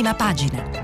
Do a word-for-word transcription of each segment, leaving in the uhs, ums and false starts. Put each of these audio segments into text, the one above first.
prima pagina.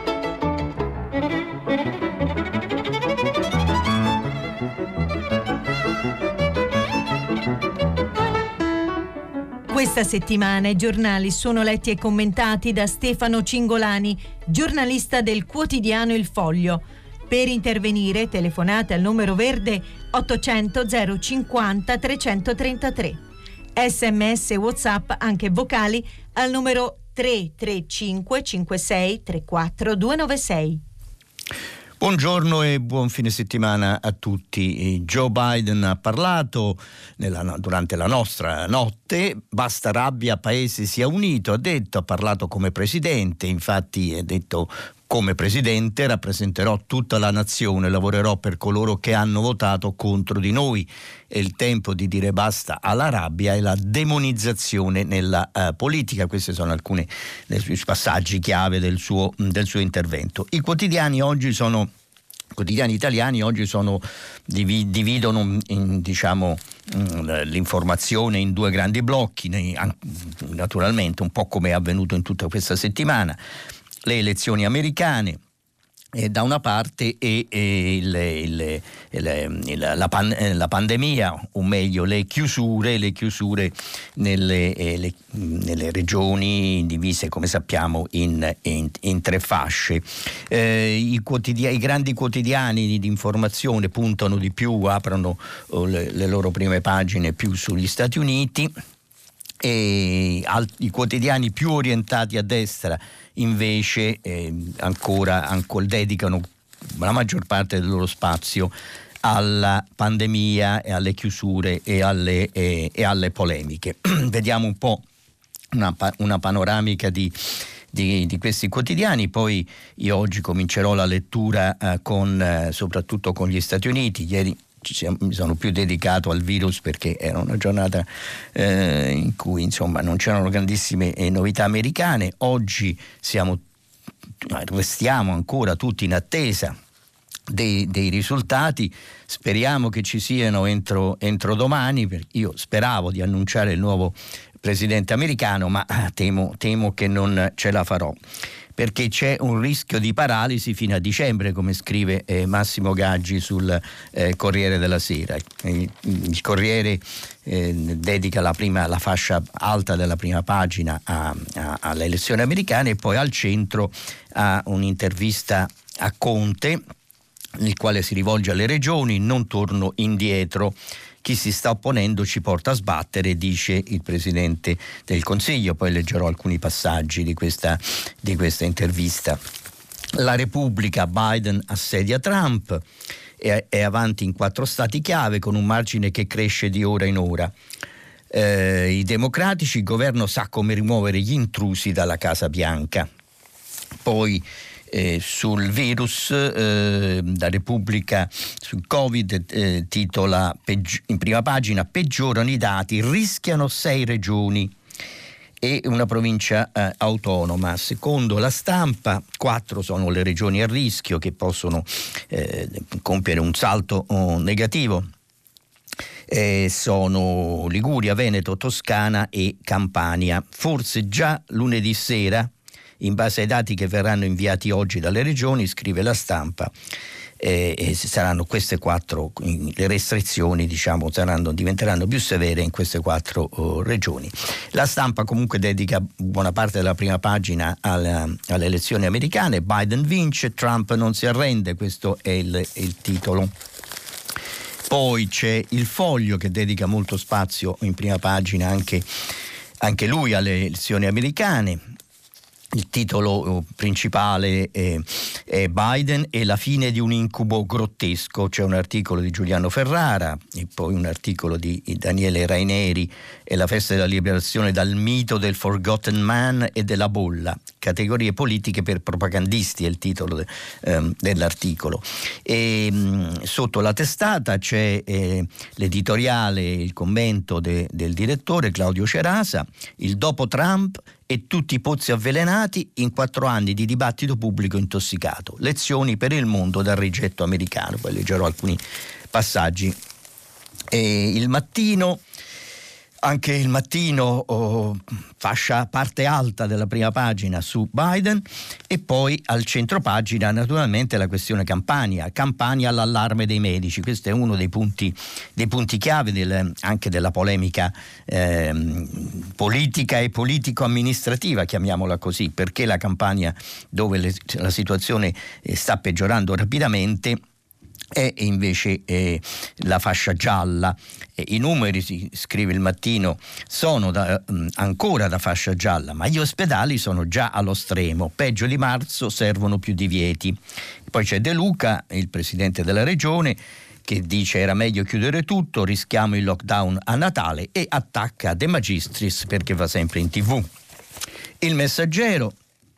Questa settimana i giornali sono letti e commentati da Stefano Cingolani, giornalista del quotidiano Il Foglio. Per intervenire telefonate al numero verde ottocento zero cinquanta trecentotrentatré. Sms e WhatsApp anche vocali al numero tre tre cinque cinque sei tre quattro due nove sei. Buongiorno e buon fine settimana a tutti. Joe Biden ha parlato nella, durante la nostra notte, basta rabbia, paese sia unito, ha detto, ha parlato come presidente, infatti ha detto: come presidente rappresenterò tutta la nazione, lavorerò per coloro che hanno votato contro di noi. È il tempo di dire basta alla rabbia e alla demonizzazione nella uh, politica. Questi sono alcuni dei passaggi chiave del suo, del suo intervento. I quotidiani oggi sono I quotidiani italiani oggi sono dividono in, diciamo, l'informazione in due grandi blocchi, naturalmente un po' come è avvenuto in tutta questa settimana. Le elezioni americane e da una parte e, e il, il, il, il, la, pan, la pandemia, o meglio le chiusure, le chiusure nelle, le, nelle regioni divise, come sappiamo, in, in, in tre fasce. Eh, i, quotidiani, I grandi quotidiani di informazione puntano di più, aprono oh, le, le loro prime pagine più sugli Stati Uniti, e al, i quotidiani più orientati a destra invece eh, ancora, ancora dedicano la maggior parte del loro spazio alla pandemia e alle chiusure e alle, e, e alle polemiche. Vediamo un po' una, una panoramica di Di, di questi quotidiani. Poi io oggi comincerò la lettura eh, con eh, soprattutto con gli Stati Uniti. Ieri mi sono più dedicato al virus perché era una giornata eh, in cui insomma non c'erano grandissime eh, novità americane. Oggi siamo restiamo ancora tutti in attesa dei, dei risultati. Speriamo che ci siano entro, entro domani, perché io speravo di annunciare il nuovo presidente americano, ma temo, temo che non ce la farò, perché c'è un rischio di paralisi fino a dicembre, come scrive eh, Massimo Gaggi sul eh, Corriere della Sera. Il, il Corriere eh, dedica la, prima, la fascia alta della prima pagina a, a, alle elezioni americane, e poi al centro ha un'intervista a Conte, nel quale si rivolge alle regioni: non torno indietro. Chi si sta opponendo ci porta a sbattere, dice il Presidente del Consiglio. Poi leggerò alcuni passaggi di questa, di questa intervista. La Repubblica: Biden assedia Trump, è, è avanti in quattro stati chiave con un margine che cresce di ora in ora. Eh, I democratici: il governo sa come rimuovere gli intrusi dalla Casa Bianca. Poi Eh, sul virus, eh, la Repubblica sul Covid eh, titola peggi- in prima pagina: peggiorano i dati, rischiano sei regioni e una provincia eh, autonoma. Secondo La Stampa, quattro sono le regioni a rischio che possono eh, compiere un salto oh, negativo. Eh, sono Liguria, Veneto, Toscana e Campania. Forse già lunedì sera, in base ai dati che verranno inviati oggi dalle regioni, scrive La Stampa, eh, e saranno queste quattro, le restrizioni diciamo saranno, diventeranno più severe in queste quattro oh, regioni. La Stampa comunque dedica buona parte della prima pagina alla, alle elezioni americane. Biden vince, Trump non si arrende, questo è il, il titolo. Poi c'è Il Foglio, che dedica molto spazio in prima pagina anche, anche lui alle elezioni americane. Il titolo principale è, è Biden e la fine di un incubo grottesco. C'è un articolo di Giuliano Ferrara e poi un articolo di Daniele Raineri e la festa della liberazione dal mito del Forgotten Man e della bolla. Categorie politiche per propagandisti è il titolo de, ehm, dell'articolo. E, mh, sotto la testata c'è eh, l'editoriale, il commento de, del direttore Claudio Cerasa: il dopo Trump e tutti i pozzi avvelenati in quattro anni di dibattito pubblico intossicato. Lezioni per il mondo dal rigetto americano. Poi leggerò alcuni passaggi. E Il Mattino Anche Il Mattino, oh, fascia parte alta della prima pagina su Biden, e poi al centro pagina naturalmente la questione Campania, Campania all'allarme dei medici. Questo è uno dei punti, dei punti chiave del, anche della polemica eh, politica e politico-amministrativa, chiamiamola così, perché la Campania, dove le, la situazione sta peggiorando rapidamente, è invece eh, la fascia gialla. Eh, I numeri, si scrive Il Mattino, sono da, mh, ancora da fascia gialla, ma gli ospedali sono già allo stremo. Peggio di marzo, servono più divieti. Poi c'è De Luca, il presidente della regione, che dice era meglio chiudere tutto, rischiamo il lockdown a Natale, e attacca De Magistris perché va sempre in tv. Il Messaggero,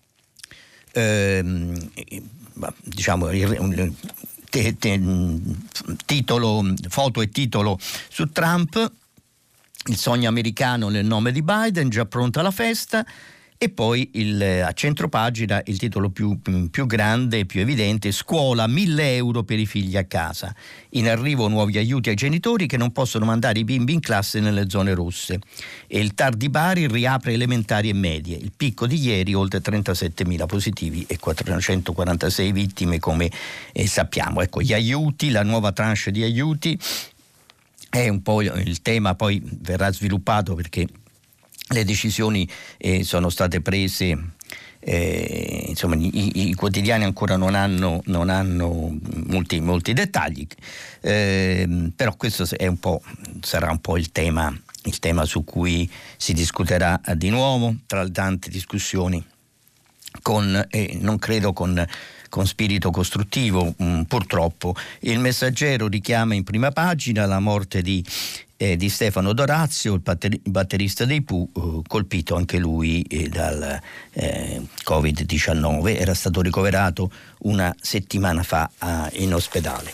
ehm, diciamo il, Te, te, titolo, foto e titolo su Trump, il sogno americano nel nome di Biden, già pronta la festa, e poi il, a centropagina il titolo più, più grande e più evidente: scuola, mille euro per i figli a casa, in arrivo nuovi aiuti ai genitori che non possono mandare i bimbi in classe nelle zone rosse, e il T A R di Bari riapre elementari e medie, il picco di ieri oltre trentasettemila positivi e quattrocentoquarantasei vittime, come eh, sappiamo. Ecco, gli aiuti, la nuova tranche di aiuti è un po' il tema, poi verrà sviluppato perché le decisioni eh, sono state prese, eh, insomma i, i quotidiani ancora non hanno, non hanno molti, molti dettagli, eh, però questo è un po', sarà un po' il tema, il tema su cui si discuterà di nuovo, tra le tante discussioni, con, eh, non credo con, con spirito costruttivo, mh, purtroppo. Il Messaggero richiama in prima pagina la morte di Eh, di Stefano Dorazio, il, batter- il batterista dei Pooh, eh, colpito anche lui eh, dal eh, covid diciannove, era stato ricoverato una settimana fa eh, in ospedale.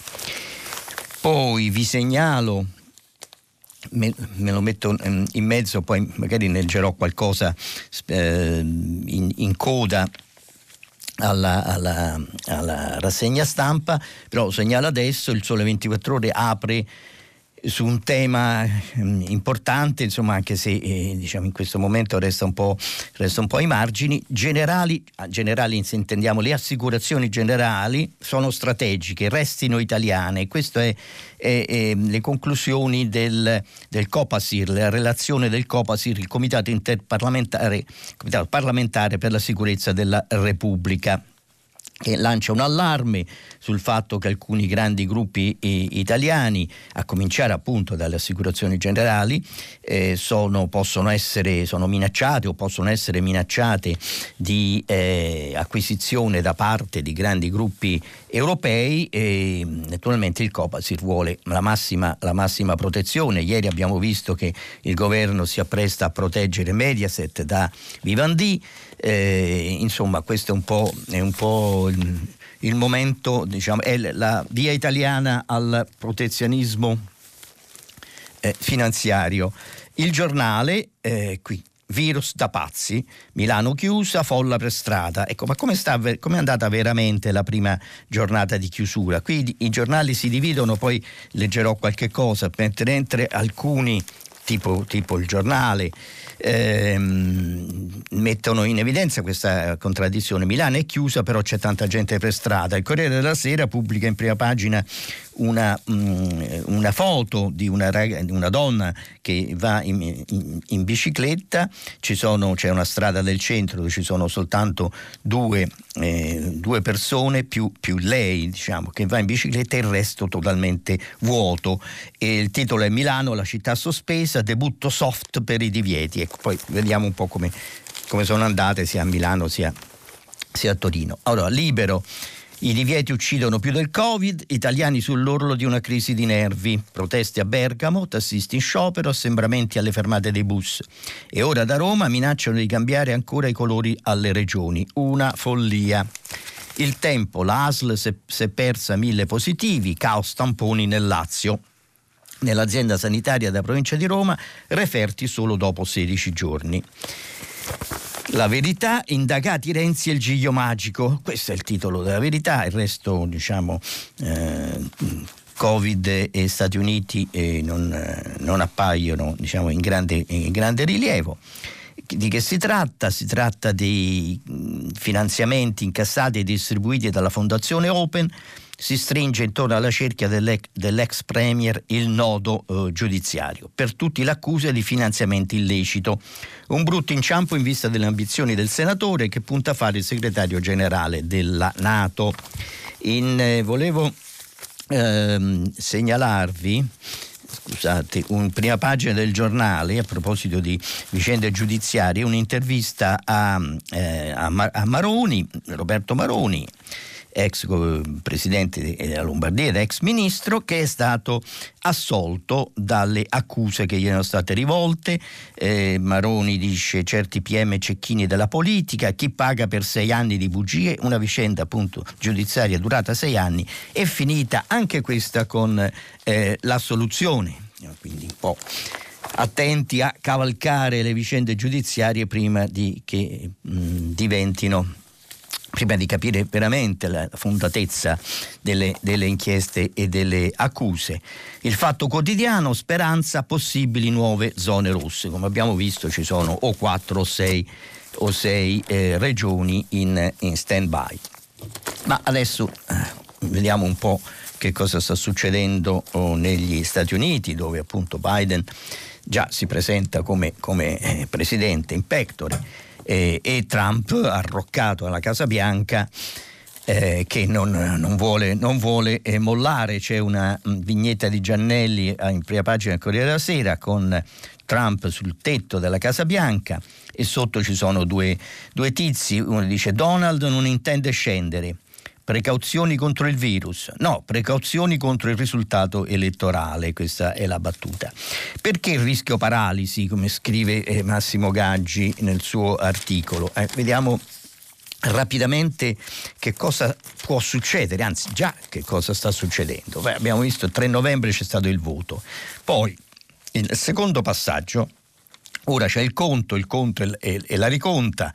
Poi vi segnalo, me, me lo metto in mezzo, poi magari leggerò qualcosa eh, in, in coda Alla, alla, alla rassegna stampa, però lo segnalo adesso. Il Sole ventiquattro Ore apre su un tema mh, importante, insomma, anche se eh, diciamo in questo momento resta un po', resta un po' ai margini. Generali, generali se intendiamo le assicurazioni generali, sono strategiche, restino italiane. Queste è, è, è le conclusioni del, del Copasir, la relazione del Copasir, il Comitato Interparlamentare, Comitato Parlamentare per la Sicurezza della Repubblica, che lancia un allarme sul fatto che alcuni grandi gruppi eh, italiani, a cominciare appunto dalle assicurazioni generali, eh, sono, possono essere sono minacciate o possono essere minacciate di eh, acquisizione da parte di grandi gruppi europei, e naturalmente il Copasir vuole la massima, la massima protezione. Ieri abbiamo visto che il governo si appresta a proteggere Mediaset da Vivendi. Eh, insomma, questo è un po', è un po' il, il momento, diciamo, è la via italiana al protezionismo eh, finanziario. Il Giornale, eh, qui, virus da pazzi, Milano chiusa, folla per strada. Ecco, ma come sta, come è andata veramente la prima giornata di chiusura? Qui i giornali si dividono, poi leggerò qualche cosa, mentre alcuni, tipo, tipo il Giornale, Ehm, mettono in evidenza questa contraddizione. Milano è chiusa, però c'è tanta gente per strada. Il Corriere della Sera pubblica in prima pagina una, um, una foto di una, di una donna che va in, in, in bicicletta. Ci sono, c'è una strada del centro dove ci sono soltanto due, eh, due persone più, più lei, diciamo, che va in bicicletta, e il resto totalmente vuoto. E il titolo è Milano, la città sospesa, debutto soft per i divieti. Ecco, poi vediamo un po' come, come sono andate sia a Milano sia, sia a Torino. Allora, Libero: i divieti uccidono più del Covid, italiani sull'orlo di una crisi di nervi, proteste a Bergamo, tassisti in sciopero, assembramenti alle fermate dei bus, e ora da Roma minacciano di cambiare ancora i colori alle regioni, una follia. Il Tempo: la A S L si è persa mille positivi, caos tamponi nel Lazio. Nell'azienda sanitaria della provincia di Roma, referti solo dopo sedici giorni. La Verità: indagati Renzi e il Giglio magico. Questo è il titolo della Verità, il resto, diciamo, eh, Covid e Stati Uniti eh, non, eh, non appaiono, diciamo, in grande, in grande rilievo. Di che si tratta? Si tratta dei finanziamenti incassati e distribuiti dalla Fondazione Open. Si stringe intorno alla cerchia dell'ex, dell'ex premier il nodo eh, giudiziario. Per tutti l'accusa di finanziamento illecito. Un brutto inciampo in vista delle ambizioni del senatore che punta a fare il segretario generale della NATO. In, eh, volevo ehm, segnalarvi, scusate, in prima pagina del giornale, a proposito di vicende giudiziarie, un'intervista a, eh, a, Mar- a Maroni, Roberto Maroni, ex presidente della Lombardia ed ex ministro, che è stato assolto dalle accuse che gli erano state rivolte. eh, Maroni dice: certi P M cecchini della politica, chi paga per sei anni di bugie, una vicenda appunto giudiziaria durata sei anni, è finita anche questa con eh, l'assoluzione. Quindi un po' attenti a cavalcare le vicende giudiziarie prima di che mh, diventino prima di capire veramente la fondatezza delle, delle inchieste e delle accuse. Il Fatto Quotidiano: Speranza, possibili nuove zone rosse. Come abbiamo visto ci sono o quattro o sei, o sei eh, regioni in, in stand-by. Ma adesso eh, vediamo un po' che cosa sta succedendo oh, negli Stati Uniti, dove appunto Biden già si presenta come, come eh, presidente in pectore. E, e Trump arroccato alla Casa Bianca eh, che non, non vuole, non vuole eh, mollare. C'è una mh, vignetta di Giannelli eh, in prima pagina del Corriere della Sera con Trump sul tetto della Casa Bianca e sotto ci sono due, due tizi. Uno dice: Donald non intende scendere, precauzioni contro il virus, no, precauzioni contro il risultato elettorale. Questa è la battuta. Perché il rischio paralisi, come scrive eh, Massimo Gaggi nel suo articolo? Eh, vediamo rapidamente che cosa può succedere, anzi già che cosa sta succedendo. Beh, abbiamo visto il tre novembre c'è stato il voto, poi il secondo passaggio, ora c'è il conto, il conto e, e la riconta,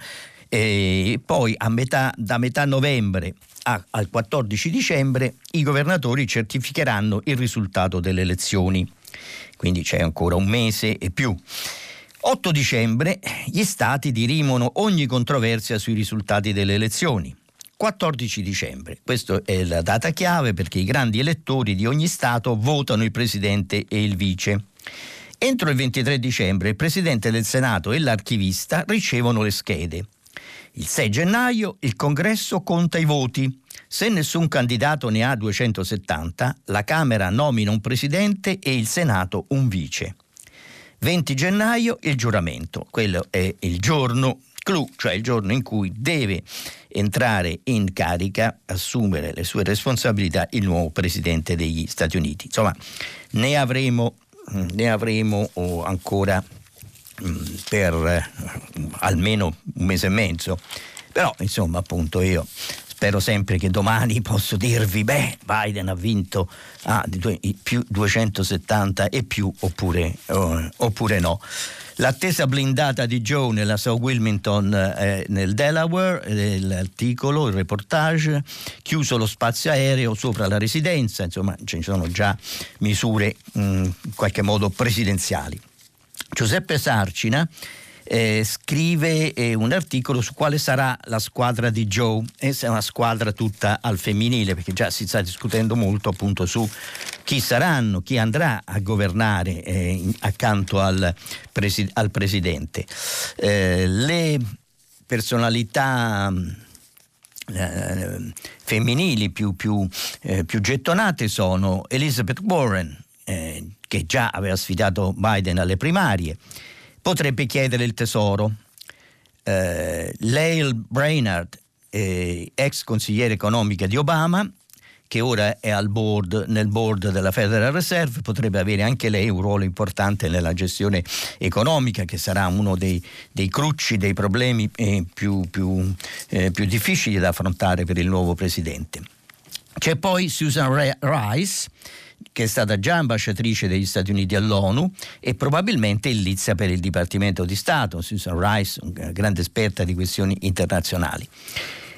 e poi a metà, da metà novembre a, al quattordici dicembre i governatori certificheranno il risultato delle elezioni, quindi c'è ancora un mese e più. otto dicembre gli stati dirimono ogni controversia sui risultati delle elezioni. quattordici dicembre, questa è la data chiave perché i grandi elettori di ogni stato votano il presidente e il vice. Entro il ventitré dicembre il presidente del Senato e l'archivista ricevono le schede. Il sei gennaio il congresso conta i voti. Se nessun candidato ne ha duecentosettanta, la Camera nomina un presidente e il Senato un vice. venti gennaio il giuramento, quello è il giorno clou, cioè il giorno in cui deve entrare in carica, assumere le sue responsabilità il nuovo presidente degli Stati Uniti. Insomma, ne avremo, ne avremo oh, ancora mh, per eh, almeno un mese e mezzo, però insomma appunto io spero sempre che domani posso dirvi: beh, Biden ha vinto ah, più duecentosettanta e più, oppure, oh, oppure no. L'attesa blindata di Joe nella South Wilmington eh, nel Delaware, eh, l'articolo, il reportage, chiuso lo spazio aereo sopra la residenza, insomma ci sono già misure mh, in qualche modo presidenziali. Giuseppe Sarcina Eh, scrive eh, un articolo su quale sarà la squadra di Joe. Essa è una squadra tutta al femminile, perché già si sta discutendo molto appunto su chi saranno, chi andrà a governare eh, in, accanto al, presi- al presidente. Eh, le personalità eh, femminili più, più, eh, più gettonate sono Elizabeth Warren, eh, che già aveva sfidato Biden alle primarie. Potrebbe chiedere il tesoro. Eh, Lael Brainard, eh, ex consigliere economica di Obama, che ora è al board, nel board della Federal Reserve, potrebbe avere anche lei un ruolo importante nella gestione economica, che sarà uno dei, dei crucci, dei problemi eh, più, più, eh, più difficili da affrontare per il nuovo presidente. C'è poi Susan Rice, che è stata già ambasciatrice degli Stati Uniti all'ONU e probabilmente in lizza per il Dipartimento di Stato. Susan Rice, una grande esperta di questioni internazionali.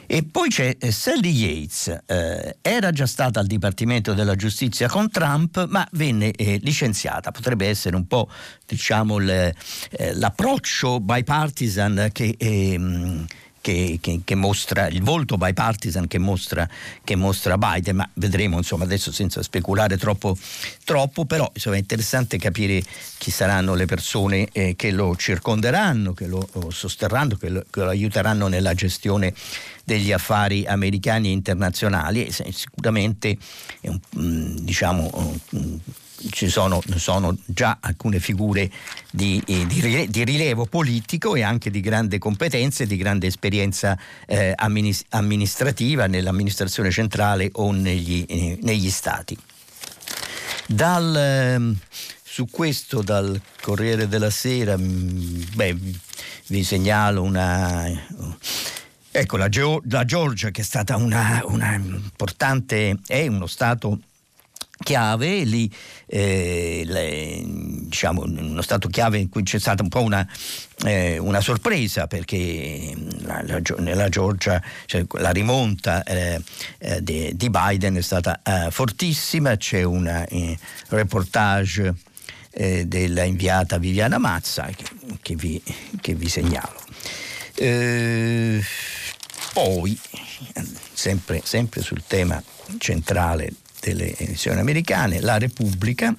E poi c'è Sally Yates, eh, era già stata al Dipartimento della Giustizia con Trump, ma venne eh, licenziata. Potrebbe essere un po', diciamo, le, eh, l'approccio bipartisan che, eh, che, che, che mostra, il volto bipartisan che mostra, che mostra Biden, ma vedremo, insomma, adesso senza speculare troppo, troppo però insomma, è interessante capire chi saranno le persone eh, che lo circonderanno, che lo sosterranno, che lo, che lo aiuteranno nella gestione degli affari americani e internazionali. E sicuramente diciamo ci sono, sono già alcune figure di, di, di rilievo politico e anche di grande competenza e di grande esperienza eh, amministrativa nell'amministrazione centrale o negli, eh, negli stati. Dal, eh, su questo dal Corriere della Sera beh, vi segnalo una... Ecco, la, Geo- la Georgia, che è stata una, una importante, è uno stato chiave, lì eh, le, diciamo uno stato chiave in cui c'è stata un po' una, eh, una sorpresa, perché la, la, nella Georgia cioè, la rimonta eh, eh, di, di Biden è stata eh, fortissima. C'è un eh, reportage eh, della inviata Viviana Mazza che, che, vi, che vi segnalo. Eh, poi sempre, sempre sul tema centrale delle elezioni americane, la Repubblica,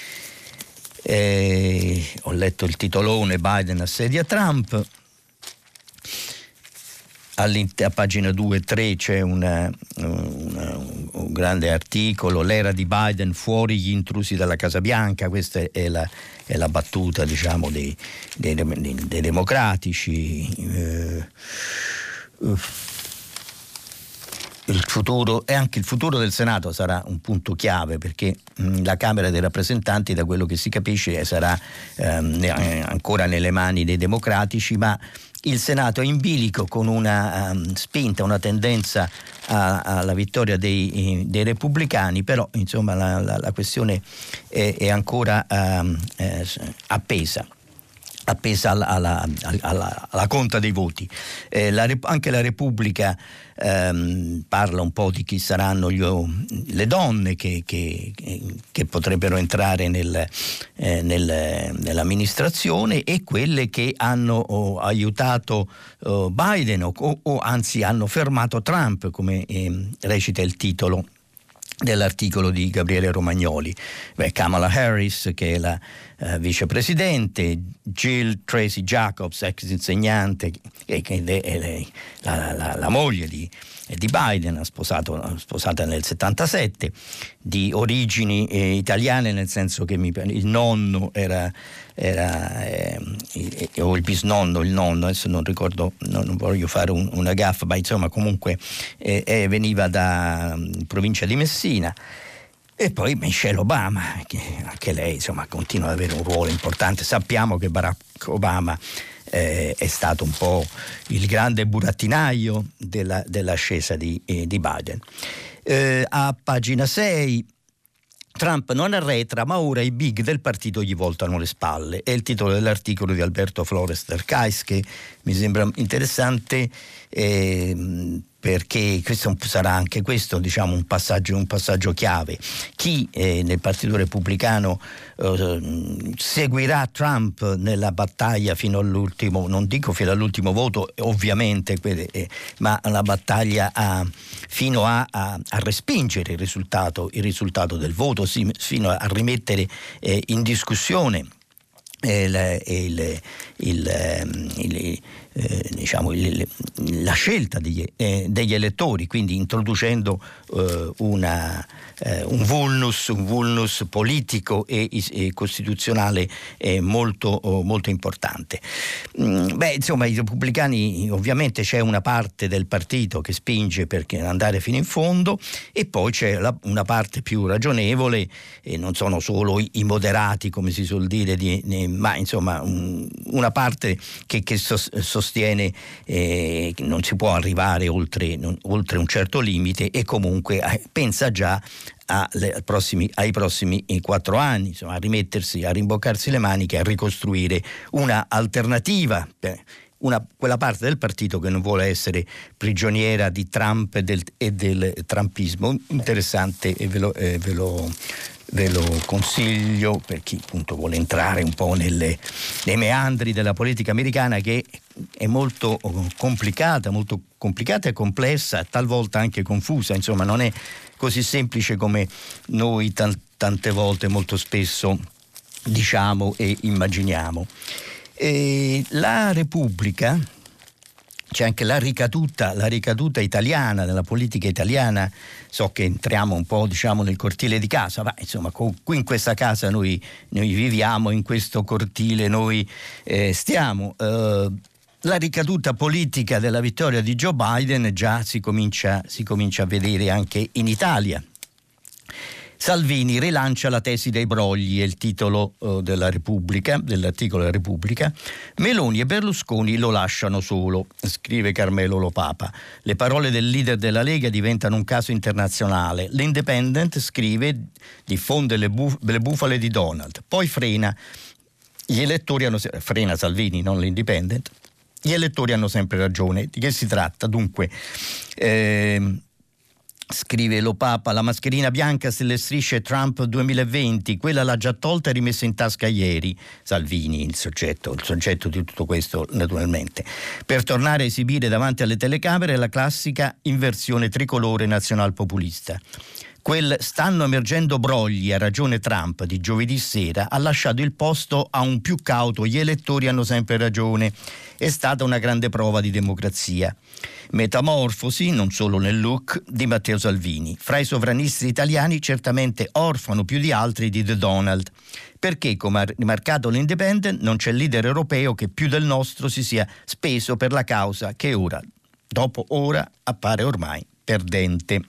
eh, ho letto il titolone Biden assedia Trump, a pagina due e tre c'è una, una, un grande articolo, l'era di Biden, fuori gli intrusi dalla Casa Bianca. Questa è la, è la battuta, diciamo, dei, dei, dei democratici. Eh, il futuro e anche il futuro del Senato sarà un punto chiave, perché mh, la Camera dei rappresentanti, da quello che si capisce, sarà ehm, ancora nelle mani dei democratici, ma il Senato è in bilico con una um, spinta, una tendenza a, alla vittoria dei, dei repubblicani, però insomma la, la, la questione è, è ancora um, eh, appesa. appesa alla, alla, alla, alla conta dei voti. Eh, la, anche la Repubblica ehm, parla un po' di chi saranno gli, le donne che, che, che potrebbero entrare nel, eh, nel, nell'amministrazione, e quelle che hanno oh, aiutato oh, Biden o, o anzi hanno fermato Trump, come eh, recita il titolo dell'articolo di Gabriele Romagnoli. Beh, Kamala Harris, che è la uh, vicepresidente, Jill Tracy Jacobs, ex insegnante, che, che è lei, la, la, la moglie di, di Biden, ha sposato, sposata nel settantasette, di origini eh, italiane, nel senso che mi, il nonno era, era eh, o il bisnonno, il nonno, adesso non ricordo, non, non voglio fare un, una gaffa, ma insomma comunque eh, eh, veniva da um, provincia di Messina. E poi Michelle Obama, che anche lei insomma continua ad avere un ruolo importante. Sappiamo che Barack Obama eh, è stato un po' il grande burattinaio della, dell'ascesa di, eh, di Biden. Eh, a pagina sei, Trump non arretra, ma ora i big del partito gli voltano le spalle. È il titolo dell'articolo di Alberto Flores del Cais, che mi sembra interessante eh, perché questo sarà anche questo, diciamo, un passaggio, un passaggio chiave. Chi eh, nel Partito Repubblicano eh, seguirà Trump nella battaglia fino all'ultimo, non dico fino all'ultimo voto, ovviamente, eh, ma la battaglia a, fino a, a, a respingere il risultato, il risultato del voto, sì, fino a rimettere eh, in discussione il, il, il, il Eh, diciamo il, la scelta degli, eh, degli elettori, quindi introducendo eh, una, eh, un vulnus, un vulnus politico e, e costituzionale eh, molto, oh, molto importante. Mm, beh, insomma, i repubblicani, ovviamente c'è una parte del partito che spinge per andare fino in fondo, e poi c'è la, una parte più ragionevole, e non sono solo i, i moderati, come si suol dire, di, ne, ma insomma un, una parte che, che sos, sostiene eh, che non si può arrivare oltre, non, oltre un certo limite, e comunque eh, pensa già alle, ai prossimi, ai prossimi quattro anni, insomma, a rimettersi, a rimboccarsi le maniche, a ricostruire una alternativa. Eh, una, quella parte del partito che non vuole essere prigioniera di Trump e del, e del trumpismo. Interessante, e ve lo, eh, ve lo Ve lo consiglio per chi appunto vuole entrare un po' nelle, nei meandri della politica americana, che è molto complicata, molto complicata e complessa, talvolta anche confusa, insomma non è così semplice come noi t- tante volte molto spesso diciamo e immaginiamo. E la Repubblica, c'è anche la ricaduta, la ricaduta italiana, nella politica italiana. So che entriamo un po' diciamo nel cortile di casa, ma insomma qui in questa casa noi, noi viviamo, in questo cortile noi eh, stiamo. Eh, la ricaduta politica della vittoria di Joe Biden già si comincia, si comincia a vedere anche in Italia. Salvini rilancia la tesi dei brogli, è il titolo uh, della Repubblica, dell'articolo della Repubblica. Meloni e Berlusconi lo lasciano solo, scrive Carmelo Lopapa. Le parole del leader della Lega diventano un caso internazionale. L'Independent scrive, diffonde le, buf- le bufale di Donald, poi frena. Gli elettori hanno frena Salvini, non l'Independent. Gli elettori hanno sempre ragione. Di che si tratta? Dunque, ehm, scrive Lopapa, la mascherina bianca se le strisce Trump duemilaventi, quella l'ha già tolta e rimessa in tasca ieri. Salvini, il soggetto, il soggetto di tutto questo naturalmente. Per tornare a esibire davanti alle telecamere la classica inversione tricolore nazionalpopulista. Quel stanno emergendo brogli, ha ragione Trump, di giovedì sera ha lasciato il posto a un più cauto gli elettori hanno sempre ragione. È stata una grande prova di democrazia. Metamorfosi, non solo nel look, di Matteo Salvini. Fra i sovranisti italiani certamente orfano più di altri di The Donald, perché, come ha rimarcato l'Independent, non c'è leader europeo che più del nostro si sia speso per la causa che ora, dopo ora, appare ormai perdente.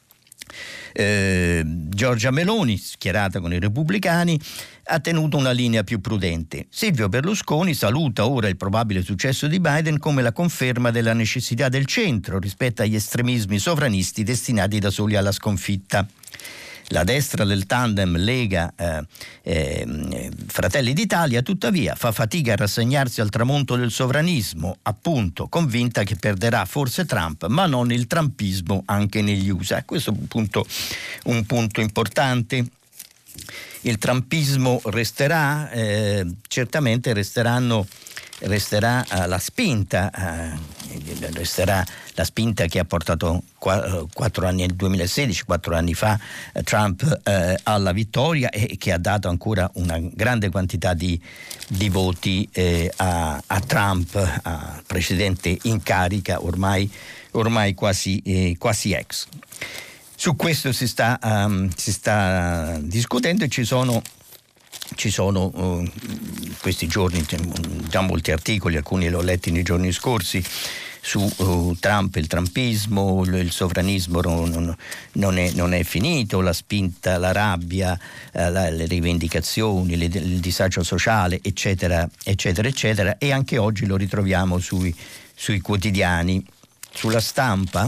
Eh, Giorgia Meloni, schierata con i repubblicani, ha tenuto una linea più prudente. Silvio Berlusconi saluta ora il probabile successo di Biden come la conferma della necessità del centro rispetto agli estremismi sovranisti destinati da soli alla sconfitta. La destra del tandem Lega eh, eh, Fratelli d'Italia tuttavia fa fatica a rassegnarsi al tramonto del sovranismo, appunto convinta che perderà forse Trump, ma non il trumpismo anche negli U S A. Questo è un punto, un punto importante. Il trumpismo resterà, eh, certamente resteranno resterà uh, la spinta uh, resterà la spinta che ha portato quattro anni nel duemilasedici, quattro anni fa uh, Trump uh, alla vittoria e che ha dato ancora una grande quantità di, di voti uh, a, a Trump, a presidente in carica ormai, ormai quasi, eh, quasi ex. Su questo si sta, um, si sta discutendo e ci sono Ci sono uh, questi giorni già molti articoli, alcuni li ho letti nei giorni scorsi, su uh, Trump, il trumpismo, il, il sovranismo non, non, è, non è finito, la spinta, la rabbia, uh, la, le rivendicazioni, le, il disagio sociale, eccetera, eccetera, eccetera. E anche oggi lo ritroviamo sui, sui quotidiani. Sulla stampa,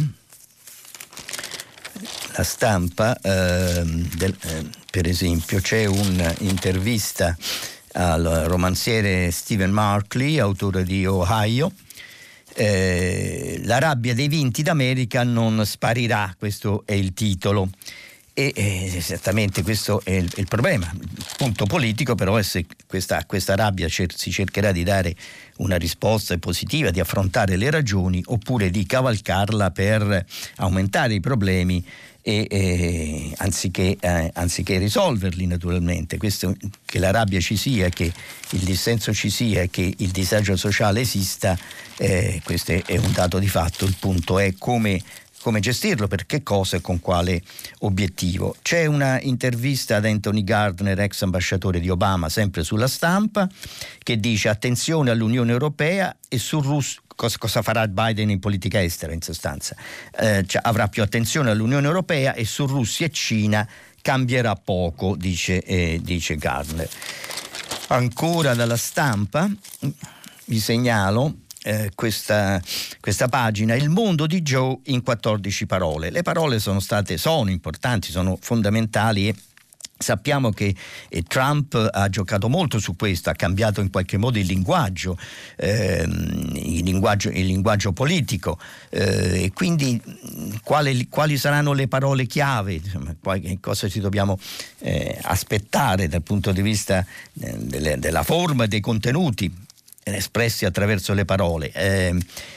la stampa, eh, del, eh, per esempio, c'è un'intervista al romanziere Stephen Markley, autore di Ohio. Eh, la rabbia dei vinti d'America non sparirà, questo è il titolo. E eh, esattamente questo è il, il problema. Il punto politico però è se questa, questa rabbia cer- si cercherà di dare una risposta positiva, di affrontare le ragioni, oppure di cavalcarla per aumentare i problemi e, e anziché, eh, anziché risolverli naturalmente. Questo, che la rabbia ci sia, che il dissenso ci sia, che il disagio sociale esista, eh, questo è, è un dato di fatto. Il punto è come come gestirlo, per che cosa e con quale obiettivo. C'è una intervista ad Anthony Gardner, ex ambasciatore di Obama, sempre sulla stampa, che dice attenzione all'Unione Europea e sul russo. Cosa, cosa farà Biden in politica estera in sostanza? Eh, cioè, avrà più attenzione all'Unione Europea e su Russia e Cina cambierà poco, dice, eh, dice Gardner. Ancora dalla stampa vi segnalo Eh, questa, questa pagina, il mondo di Joe in quattordici parole. Le parole sono state, sono importanti, sono fondamentali e Sappiamo che eh, Trump ha giocato molto su questo, ha cambiato in qualche modo il linguaggio, ehm, il linguaggio, il linguaggio politico, eh, e quindi quali, quali saranno le parole chiave, insomma, quali, cosa ci dobbiamo eh, aspettare dal punto di vista eh, delle, della forma e dei contenuti espressi attraverso le parole. Eh,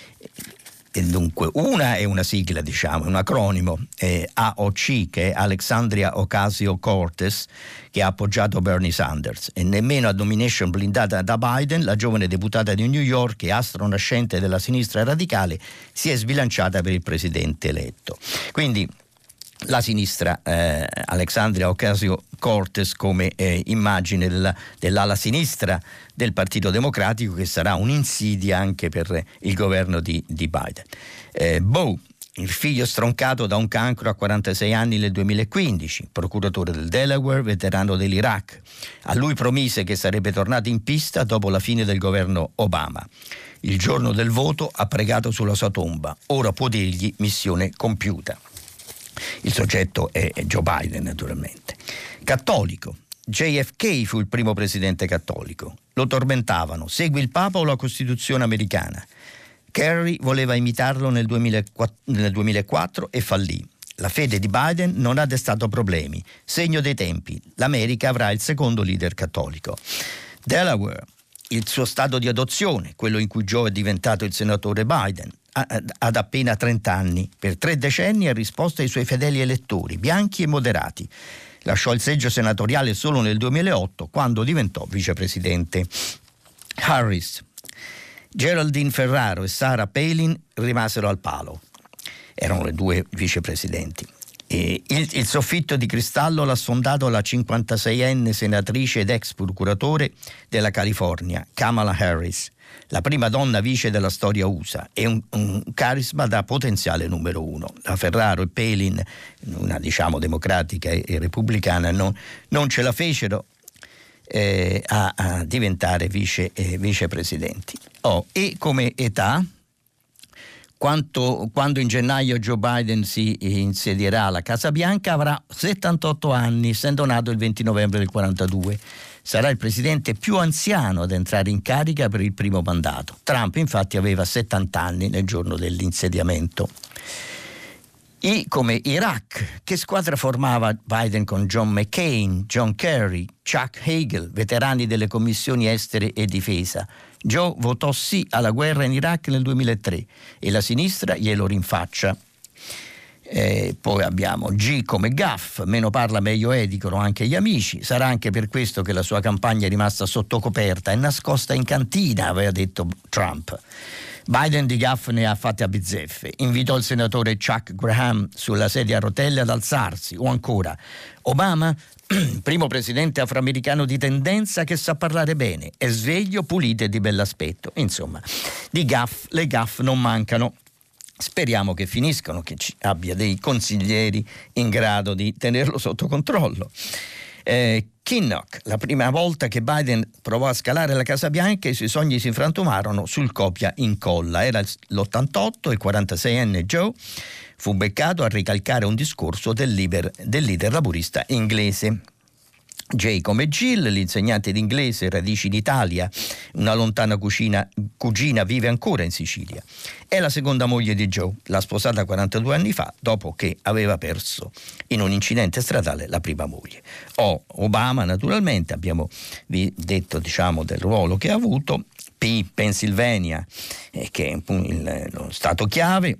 E dunque, una è una sigla, diciamo, un acronimo, eh, A O C, che è Alexandria Ocasio-Cortez, che ha appoggiato Bernie Sanders, e nemmeno a nomination blindata da Biden, la giovane deputata di New York e astro nascente della sinistra radicale si è sbilanciata per il presidente eletto. Quindi la sinistra, eh, Alexandria Ocasio-Cortez come eh, immagine della, dell'ala sinistra del Partito Democratico, che sarà un'insidia anche per il governo di, di Biden. Eh, Beau, il figlio stroncato da un cancro a quarantasei anni nel duemilaquindici, procuratore del Delaware, veterano dell'Iraq. A lui promise che sarebbe tornato in pista dopo la fine del governo Obama. Il giorno del voto ha pregato sulla sua tomba. Ora può dirgli missione compiuta. Il soggetto è Joe Biden, naturalmente. Cattolico. J F K fu il primo presidente cattolico. Lo tormentavano: segui il Papa o la Costituzione americana? Kerry voleva imitarlo nel duemilaquattro e fallì. La fede di Biden non ha destato problemi. Segno dei tempi. L'America avrà il secondo leader cattolico. Delaware. Il suo stato di adozione, quello in cui Joe è diventato il senatore Biden, ad appena trenta anni. Per tre decenni ha risposto ai suoi fedeli elettori, bianchi e moderati. Lasciò il seggio senatoriale solo nel duemilaotto, quando diventò vicepresidente. Harris. Geraldine Ferraro e Sarah Palin rimasero al palo. Erano le due vicepresidenti. E il, il soffitto di cristallo l'ha sfondato la cinquantaseienne senatrice ed ex procuratore della California, Kamala Harris, la prima donna vice della storia U S A, e un, un carisma da potenziale numero uno. La Ferraro e Palin, una diciamo democratica e, e repubblicana, non, non ce la fecero eh, a, a diventare vice, eh, vicepresidenti. Oh, e come età, Quanto, quando in gennaio Joe Biden si insedierà alla Casa Bianca, avrà settantotto anni, essendo nato il venti novembre del quarantadue. Sarà il presidente più anziano ad entrare in carica per il primo mandato. Trump infatti aveva settanta anni nel giorno dell'insediamento. I come Iraq. Che squadra formava Biden con John McCain, John Kerry, Chuck Hagel, veterani delle commissioni estere e difesa? Joe votò sì alla guerra in Iraq nel duemilatré e la sinistra glielo rinfaccia. Eh, poi abbiamo G come Gaff, meno parla meglio è, dicono anche gli amici. Sarà anche per questo che la sua campagna è rimasta sotto coperta e nascosta in cantina, aveva detto Trump. Biden di Gaff ne ha fatte a bizzeffe. Invitò il senatore Chuck Graham sulla sedia a rotelle ad alzarsi. O ancora, Obama, primo presidente afroamericano di tendenza che sa parlare bene, è sveglio, pulito e di bell'aspetto. Insomma, di gaff le gaff non mancano. Speriamo che finiscano, che ci abbia dei consiglieri in grado di tenerlo sotto controllo. Eh, Kinnock, la prima volta che Biden provò a scalare la Casa Bianca, i suoi sogni si frantumarono sul copia incolla. Era l'ottantotto, il quarantaseienne Joe fu beccato a ricalcare un discorso del leader, del leader laburista inglese. J come Jill, l'insegnante d'inglese, radici in Italia, una lontana cucina, cugina, vive ancora in Sicilia. È la seconda moglie di Joe, l'ha sposata quarantadue anni fa, dopo che aveva perso in un incidente stradale la prima moglie. O Obama, naturalmente, abbiamo detto diciamo del ruolo che ha avuto. P, Pennsylvania, eh, che è il, lo stato chiave.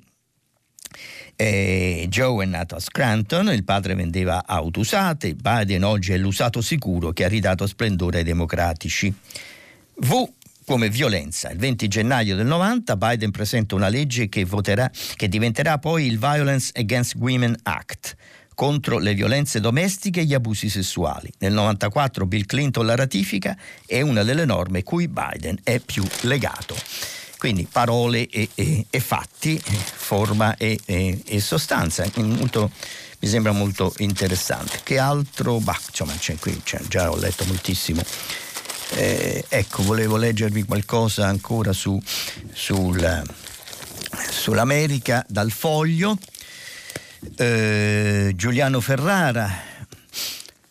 Eh, Joe è nato a Scranton, il padre vendeva auto usate. Biden oggi è l'usato sicuro che ha ridato splendore ai democratici. V come violenza. Il venti gennaio del novanta Biden presenta una legge che voterà, che diventerà poi il Violence Against Women Act, contro le violenze domestiche e gli abusi sessuali. Nel novantaquattro Bill Clinton la ratifica, è una delle norme cui Biden è più legato. Quindi parole e, e, e fatti, forma e, e, e sostanza. Molto, mi sembra molto interessante. Che altro? Bah, insomma, c'è qui, c'è, già ho letto moltissimo. Eh, ecco, volevo leggervi qualcosa ancora su, sul, sull'America dal Foglio. Eh, Giuliano Ferrara.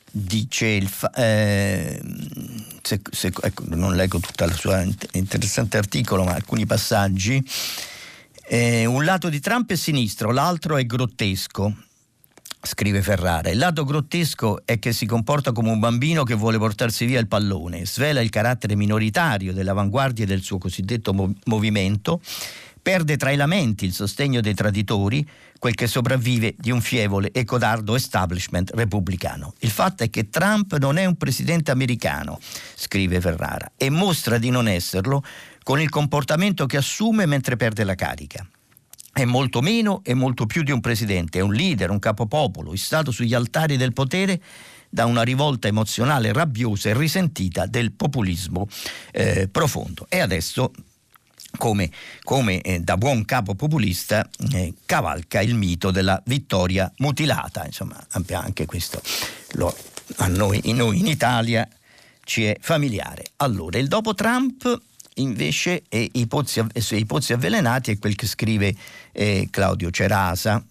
dice il fa- eh, se, se, ecco, non leggo tutto il suo interessante articolo, ma alcuni passaggi. Eh, un lato di Trump è sinistro, l'altro è grottesco, scrive Ferrara. Il lato grottesco è che si comporta come un bambino che vuole portarsi via il pallone, svela il carattere minoritario dell'avanguardia del suo cosiddetto mov- movimento, perde tra i lamenti il sostegno dei traditori, quel che sopravvive di un fievole e codardo establishment repubblicano. Il fatto è che Trump non è un presidente americano, scrive Ferrara, e mostra di non esserlo con il comportamento che assume mentre perde la carica. È molto meno e molto più di un presidente, è un leader, un capopopolo, issato sugli altari del potere da una rivolta emozionale rabbiosa e risentita del populismo eh, profondo. E adesso, come, come eh, da buon capo populista, eh, cavalca il mito della vittoria mutilata. Insomma, anche questo lo, a noi, noi in Italia ci è familiare. Allora, il dopo Trump invece è i pozzi, i pozzi avvelenati, è quel che scrive eh, Claudio Cerasa.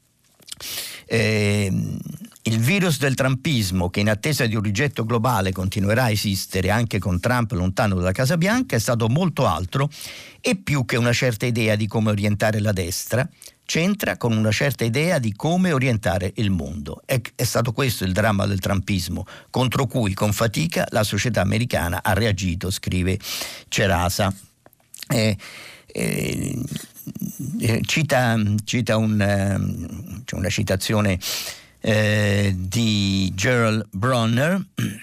Eh, il virus del trumpismo, che in attesa di un rigetto globale continuerà a esistere anche con Trump lontano dalla Casa Bianca, è stato molto altro e più che una certa idea di come orientare la destra, c'entra con una certa idea di come orientare il mondo. È, è stato questo il dramma del trumpismo, contro cui con fatica la società americana ha reagito, scrive Cerasa. Eh, eh, cita, cita un, c'è una citazione eh, di Gerald Bronner,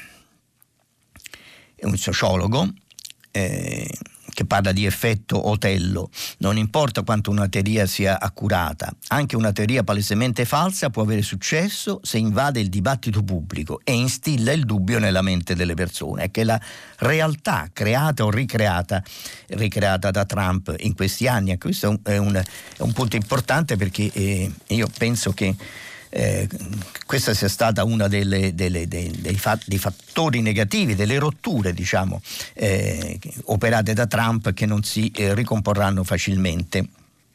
un sociologo, eh, che parla di effetto Otello. Non importa quanto una teoria sia accurata, anche una teoria palesemente falsa può avere successo se invade il dibattito pubblico e instilla il dubbio nella mente delle persone. È che la realtà creata o ricreata, ricreata da Trump in questi anni, e questo è un, è un, è un punto importante, perché eh, io penso che Eh, questa sia stata una delle, delle, dei, dei, fat, dei fattori negativi, delle rotture, diciamo, eh, operate da Trump, che non si eh, ricomporranno facilmente.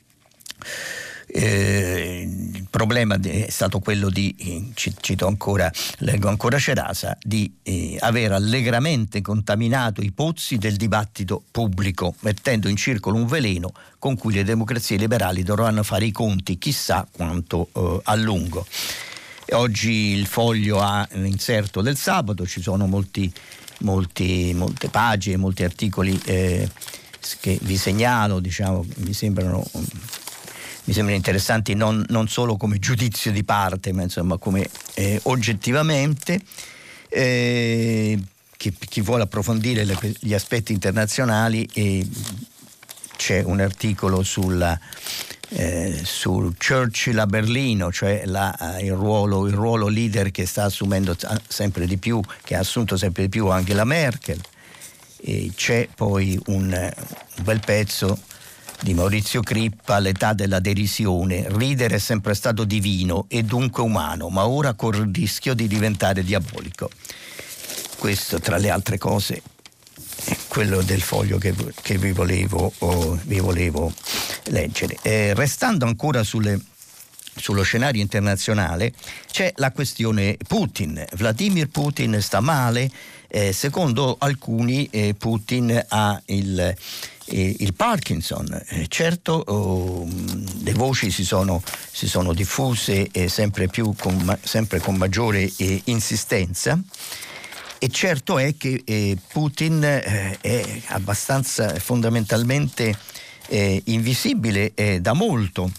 Eh, il problema è stato quello di, eh, cito ancora, leggo ancora Cerasa, di eh, aver allegramente contaminato i pozzi del dibattito pubblico, mettendo in circolo un veleno con cui le democrazie liberali dovranno fare i conti chissà quanto eh, a lungo. E oggi il Foglio ha l'inserto del sabato, ci sono molti, molti, molte pagine, molti articoli eh, che vi segnalo, diciamo, mi sembrano... mi sembrano interessanti non, non solo come giudizio di parte, ma insomma come eh, oggettivamente. Eh, chi, chi vuole approfondire le, gli aspetti internazionali, eh, c'è un articolo sulla, eh, sul Churchill a Berlino, cioè la, il, ruolo, il ruolo leader che sta assumendo sempre di più, che ha assunto sempre di più Angela Merkel. E c'è poi un, un bel pezzo di Maurizio Crippa, L'età della derisione. Ridere è sempre stato divino e dunque umano, ma ora corre il rischio di diventare diabolico. Questo, tra le altre cose, è quello del Foglio che, che vi volevo, oh, vi volevo leggere. Eh, restando ancora sulle, sullo scenario internazionale, c'è la questione Putin. Vladimir Putin sta male. Eh, secondo alcuni eh, Putin ha il il Parkinson. Eh, certo, oh, le voci si sono, si sono diffuse eh, sempre più con, ma, sempre con maggiore eh, insistenza, e certo è che eh, Putin eh, è abbastanza fondamentalmente eh, invisibile eh, da molto.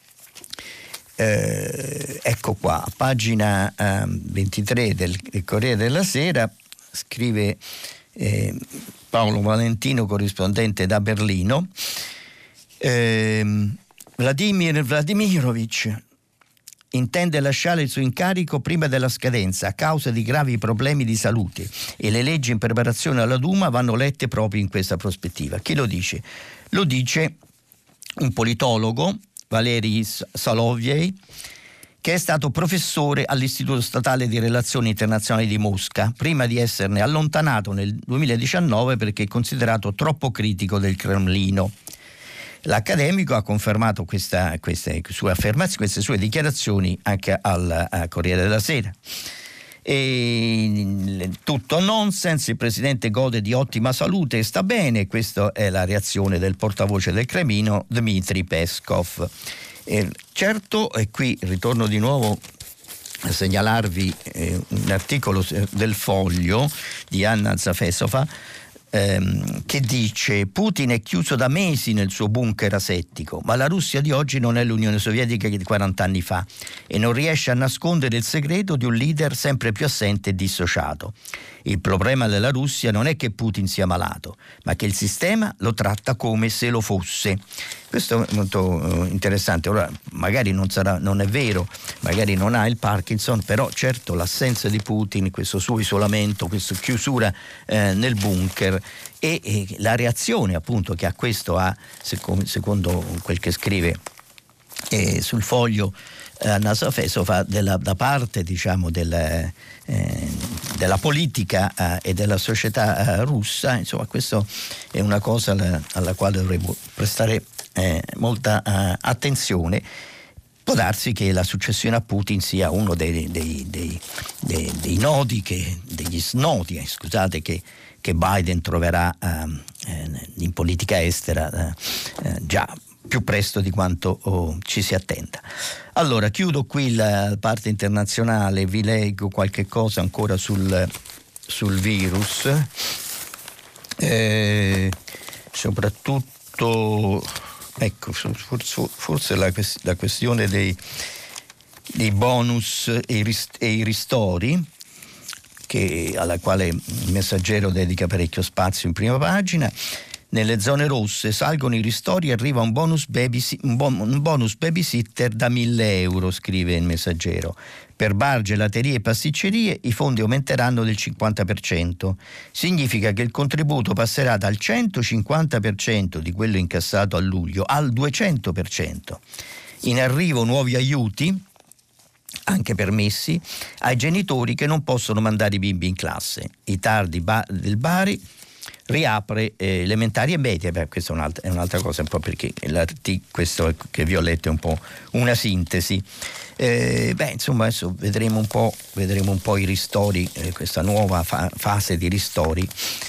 Eh, ecco qua, a pagina eh, ventitré del, del Corriere della Sera scrive eh, Paolo Valentino, corrispondente da Berlino, eh, Vladimir Vladimirovich intende lasciare il suo incarico prima della scadenza a causa di gravi problemi di salute, e le leggi in preparazione alla Duma vanno lette proprio in questa prospettiva. Chi lo dice? Lo dice un politologo, Valery Solovey, che è stato professore all'Istituto Statale di Relazioni Internazionali di Mosca, prima di esserne allontanato nel duemiladiciannove perché è considerato troppo critico del Cremlino. L'accademico ha confermato questa, queste, sue affermazioni, queste sue dichiarazioni anche al, al Corriere della Sera. E tutto nonsense, il presidente gode di ottima salute e sta bene, questa è la reazione del portavoce del Cremlino Dmitry Peskov. E certo, e qui ritorno di nuovo a segnalarvi eh, un articolo del Foglio di Anna Zafesova ehm, che dice: Putin è chiuso da mesi nel suo bunker asettico, ma la Russia di oggi non è l'Unione Sovietica di quaranta anni fa e non riesce a nascondere il segreto di un leader sempre più assente e dissociato. Il problema della Russia non è che Putin sia malato, ma che il sistema lo tratta come se lo fosse. Questo è molto uh, interessante. Ora, magari non sarà, non è vero, magari non ha il Parkinson, però certo l'assenza di Putin, questo suo isolamento, questa chiusura eh, nel bunker e, e la reazione appunto che a questo ha, secondo, secondo quel che scrive eh, sul Foglio Anna Zafesova, della, da parte diciamo del, eh, della politica eh, e della società eh, russa, insomma questo è una cosa alla, alla quale dovremmo prestare eh, molta eh, attenzione. Può darsi che la successione a Putin sia uno dei, dei, dei, dei, dei nodi, che, degli snodi, eh, scusate, che, che Biden troverà eh, in politica estera eh, già più presto di quanto oh, ci si attenda. Allora, chiudo qui la parte internazionale, vi leggo qualche cosa ancora sul, sul virus, eh, soprattutto, ecco, forse, forse la, la questione dei, dei bonus e i, rist- e i ristori, che, alla quale il Messaggero dedica parecchio spazio in prima pagina. Nelle zone rosse salgono i ristori e arriva un bonus, babysi- un, bon- un bonus babysitter da mille euro, scrive il Messaggero. Per bar, gelaterie e pasticcerie i fondi aumenteranno del cinquanta per cento. Significa che il contributo passerà dal centocinquanta per cento di quello incassato a luglio al duecento per cento. In arrivo nuovi aiuti, anche permessi, ai genitori che non possono mandare i bimbi in classe. I tardi ba- del Bari riapre eh, elementari e medie. Beh, questa è un'altra, è un'altra cosa, un po' perché questo che vi ho letto è un po' una sintesi. Eh, beh, insomma, adesso vedremo un po', vedremo un po' i ristori, eh, questa nuova fa- fase di ristori.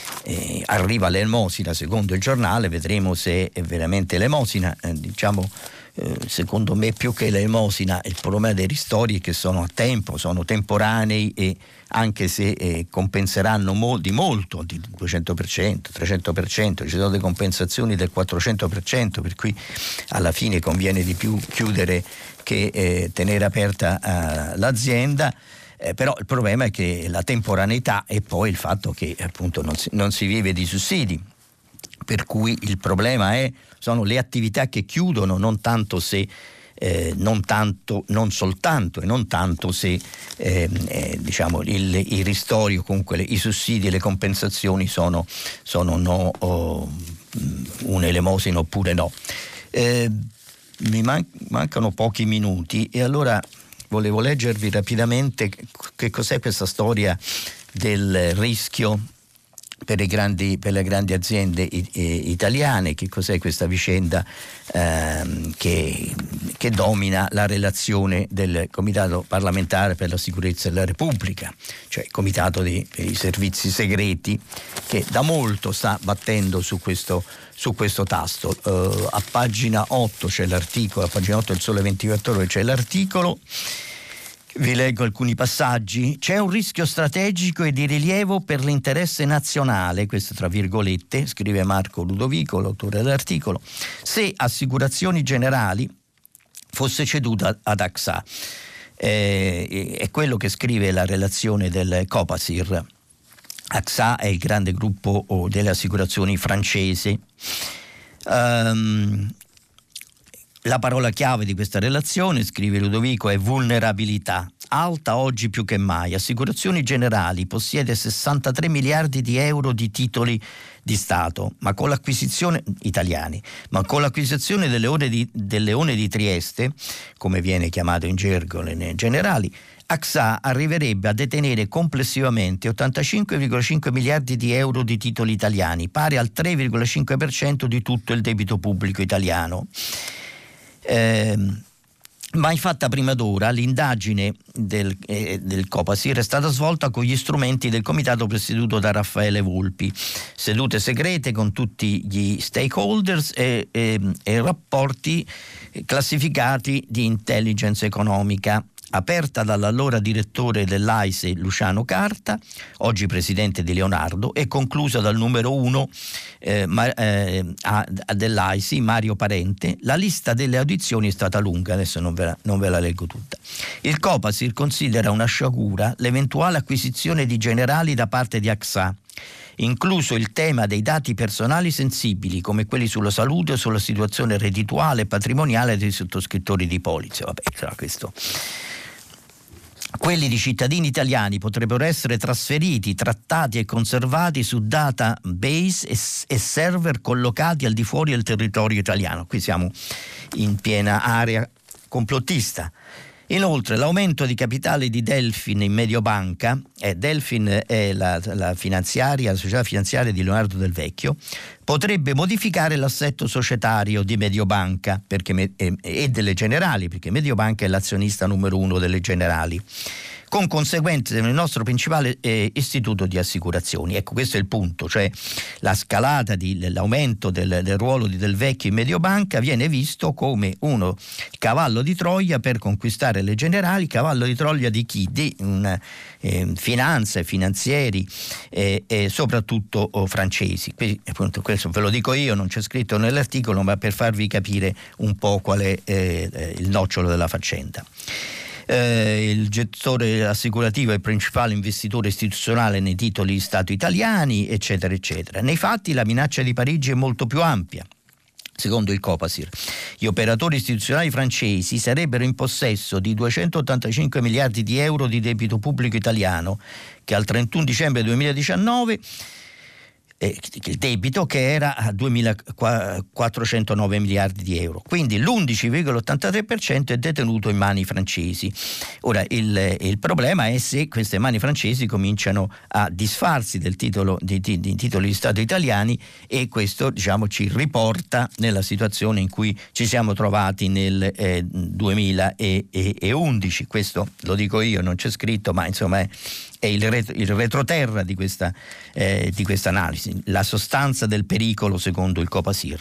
Eh, arriva l'elemosina, secondo il giornale, vedremo se è veramente elemosina. Eh, diciamo, eh, secondo me, più che l'elemosina, il problema dei ristori è che sono a tempo, sono temporanei e anche se eh, compenseranno mo- di molto, di duecento per cento, trecento per cento, ci sono delle compensazioni del quattrocento per cento, per cui alla fine conviene di più chiudere che eh, tenere aperta eh, l'azienda. Eh, però il problema è che la temporaneità e poi il fatto che appunto non si, non si vive di sussidi, per cui il problema è, sono le attività che chiudono, non tanto se Eh, non tanto, non soltanto e non tanto se eh, eh, diciamo il, i ristori o comunque le, i sussidi e le compensazioni sono, sono no, o, un'elemosina oppure no. Eh, mi man- mancano pochi minuti e allora volevo leggervi rapidamente che cos'è questa storia del rischio per, i grandi, per le grandi aziende italiane, che cos'è questa vicenda ehm, che, che domina la relazione del Comitato parlamentare per la sicurezza della Repubblica, cioè il Comitato dei, dei servizi segreti, che da molto sta battendo su questo, su questo tasto. Uh, a pagina otto c'è l'articolo, a pagina otto del Sole ventiquattro Ore c'è l'articolo. Vi leggo alcuni passaggi. C'è un rischio strategico e di rilievo per l'interesse nazionale, questo tra virgolette, scrive Marco Ludovico, l'autore dell'articolo, se Assicurazioni Generali fosse ceduta ad A X A. Eh, è quello che scrive la relazione del Copasir. A X A è il grande gruppo delle assicurazioni francese. Um, La parola chiave di questa relazione, scrive Ludovico, è vulnerabilità, alta oggi più che mai. Assicurazioni Generali possiede sessantatré miliardi di euro di titoli di Stato, ma con l'acquisizione italiani, ma con l'acquisizione del Leone di, del Leone di Trieste, come viene chiamato in gergo nei generali, A X A arriverebbe a detenere complessivamente ottantacinque virgola cinque miliardi di euro di titoli italiani, pari al tre virgola cinque per cento di tutto il debito pubblico italiano. Eh, Mai fatta prima d'ora, l'indagine del, eh, del Copasir è stata svolta con gli strumenti del comitato presieduto da Raffaele Volpi, sedute segrete con tutti gli stakeholders e, e, e rapporti classificati di intelligence economica, aperta dall'allora direttore dell'A I S E Luciano Carta, oggi presidente di Leonardo, e conclusa dal numero uno eh, ma, eh, a, a dell'A I S I, Mario Parente. La lista delle audizioni è stata lunga, adesso non ve la, non ve la leggo tutta. Il Copasir considera una sciagura l'eventuale acquisizione di generali da parte di A X A, incluso il tema dei dati personali sensibili come quelli sulla salute o sulla situazione reddituale e patrimoniale dei sottoscrittori di polizze. Vabbè, sarà questo. Quelli di cittadini italiani potrebbero essere trasferiti, trattati e conservati su database e, e server collocati al di fuori del territorio italiano. Qui siamo in piena area complottista. Inoltre l'aumento di capitale di Delfin in Mediobanca, eh, Delfin è la, la finanziaria, la società finanziaria di Leonardo Del Vecchio, potrebbe modificare l'assetto societario di Mediobanca perché, e, e delle Generali, perché Mediobanca è l'azionista numero uno delle Generali, con conseguenze nel nostro principale eh, istituto di assicurazioni. Ecco, questo è il punto, cioè la scalata di, l'aumento del, del ruolo di Del Vecchio in Mediobanca viene visto come uno cavallo di Troia per conquistare le Generali. Cavallo di Troia di chi? Di um, eh, finanze, finanzieri e eh, eh, soprattutto oh, francesi. Quindi, appunto, questo ve lo dico io, non c'è scritto nell'articolo, ma per farvi capire un po' qual è eh, il nocciolo della faccenda. Eh, il gestore assicurativo è il principale investitore istituzionale nei titoli di Stato italiani, eccetera, eccetera. Nei fatti la minaccia di Parigi è molto più ampia. Secondo il Copasir, gli operatori istituzionali francesi sarebbero in possesso di duecentottantacinque miliardi di euro di debito pubblico italiano, che al trentuno dicembre duemiladiciannove Eh, il debito che era a duemilaquattrocentonove miliardi di euro, quindi l'undici virgola ottantatré per cento è detenuto in mani francesi. Ora il, il problema è se queste mani francesi cominciano a disfarsi del titolo di, di, di titoli di Stato italiani, e questo, diciamo, ci riporta nella situazione in cui ci siamo trovati nel eh, duemilaundici. Questo lo dico io, non c'è scritto, ma insomma è è il, ret- il retroterra di questa, eh, di questa analisi, la sostanza del pericolo secondo il Copasir.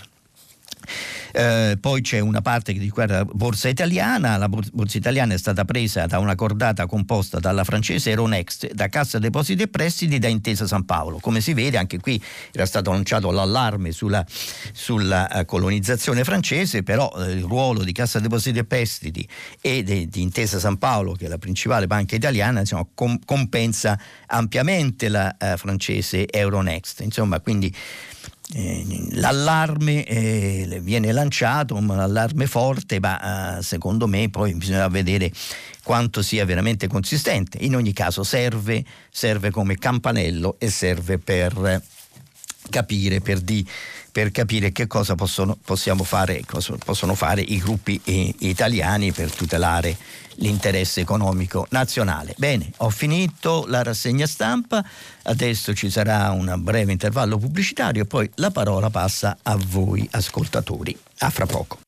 Eh, poi c'è una parte che riguarda la borsa italiana. La borsa italiana è stata presa da una cordata composta dalla francese Euronext, da Cassa Depositi e Prestiti e da Intesa San Paolo. Come si vede, anche qui era stato lanciato l'allarme sulla, sulla uh, colonizzazione francese, però eh, il ruolo di Cassa Depositi e Prestiti e de, di Intesa San Paolo, che è la principale banca italiana, insomma, com- compensa ampiamente la uh, francese Euronext. Insomma, quindi Eh, l'allarme eh, viene lanciato, un allarme forte, ma eh, secondo me poi bisogna vedere quanto sia veramente consistente. In ogni caso serve, serve come campanello e serve per capire, per, di, per capire che cosa possono, possiamo fare, cosa possono fare i gruppi eh, italiani per tutelare l'interesse economico nazionale. Bene, ho finito la rassegna stampa, adesso ci sarà un breve intervallo pubblicitario e poi la parola passa a voi ascoltatori. A fra poco.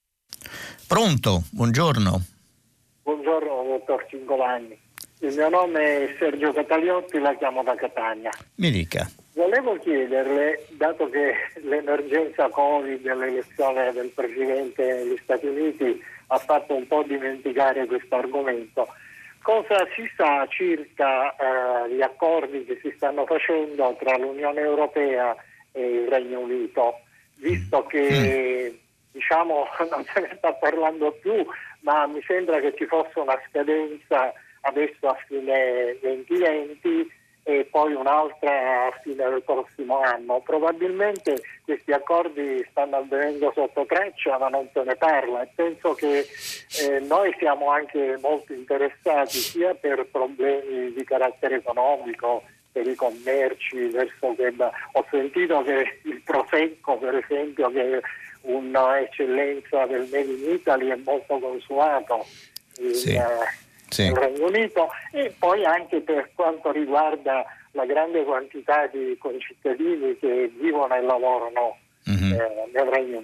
Pronto? Buongiorno. Buongiorno dottor Cingolani, il mio nome è Sergio Cataliotti, la chiamo da Catania. Mi dica. Volevo chiederle, dato che l'emergenza Covid e l'elezione del Presidente negli Stati Uniti ha fatto un po' dimenticare questo argomento, cosa si sa circa eh, gli accordi che si stanno facendo tra l'Unione Europea e il Regno Unito, visto che mm. diciamo non se ne sta parlando più, ma mi sembra che ci fosse una scadenza adesso a fine duemilaventi e poi un'altra a fine del prossimo anno. Probabilmente questi accordi stanno avvenendo sotto traccia, ma non se ne parla, e penso che eh, noi siamo anche molto interessati sia per problemi di carattere economico, per i commerci verso quella. Ho sentito che il Prosecco, per esempio, che è un'eccellenza del Made in Italy, è molto consumato in, sì. eh, Sì. nel Regno Unito, e poi anche per quanto riguarda la grande quantità di concittadini che vivono e lavorano mm-hmm. eh, nel Regno Unito.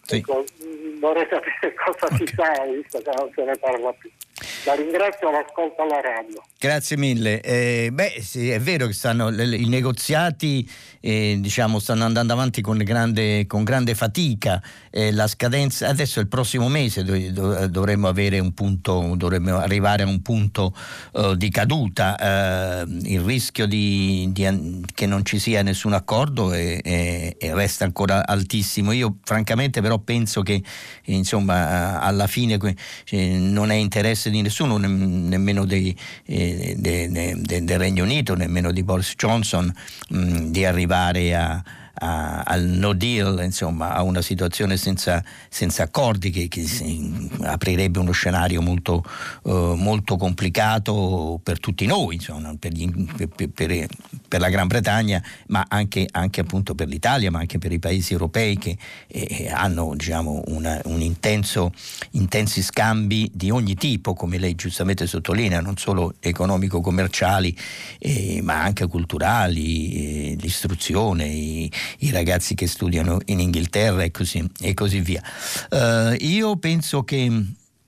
Sì. Ecco, vorrei sapere cosa okay. si sa, visto che non se ne parla più. La ringrazio, l'ascolto alla radio. Grazie mille. Eh, beh, sì, è vero che stanno le, i negoziati eh, diciamo stanno andando avanti con grande, con grande fatica. Eh, la scadenza adesso è il prossimo mese, dov, dov, dovremmo avere un punto, dovremmo arrivare a un punto uh, di caduta. Uh, il rischio di, di, che non ci sia nessun accordo è, è, è resta ancora altissimo. Io francamente però penso che insomma alla fine eh, non è interesse di nessuno, nemmeno dei, eh, de, de, de, del Regno Unito, nemmeno di Boris Johnson, mh, di arrivare a, a, al no deal, insomma, a una situazione senza, senza accordi che, che si, aprirebbe uno scenario molto, uh, molto complicato per tutti noi, insomma, per, gli, per, per, per la Gran Bretagna, ma anche, anche appunto per l'Italia, ma anche per i paesi europei che eh, hanno diciamo una, un intenso intensi scambi di ogni tipo, come lei giustamente sottolinea, non solo economico-commerciali eh, ma anche culturali, eh, l'istruzione, i, i ragazzi che studiano in Inghilterra e così, e così via. Uh, io penso che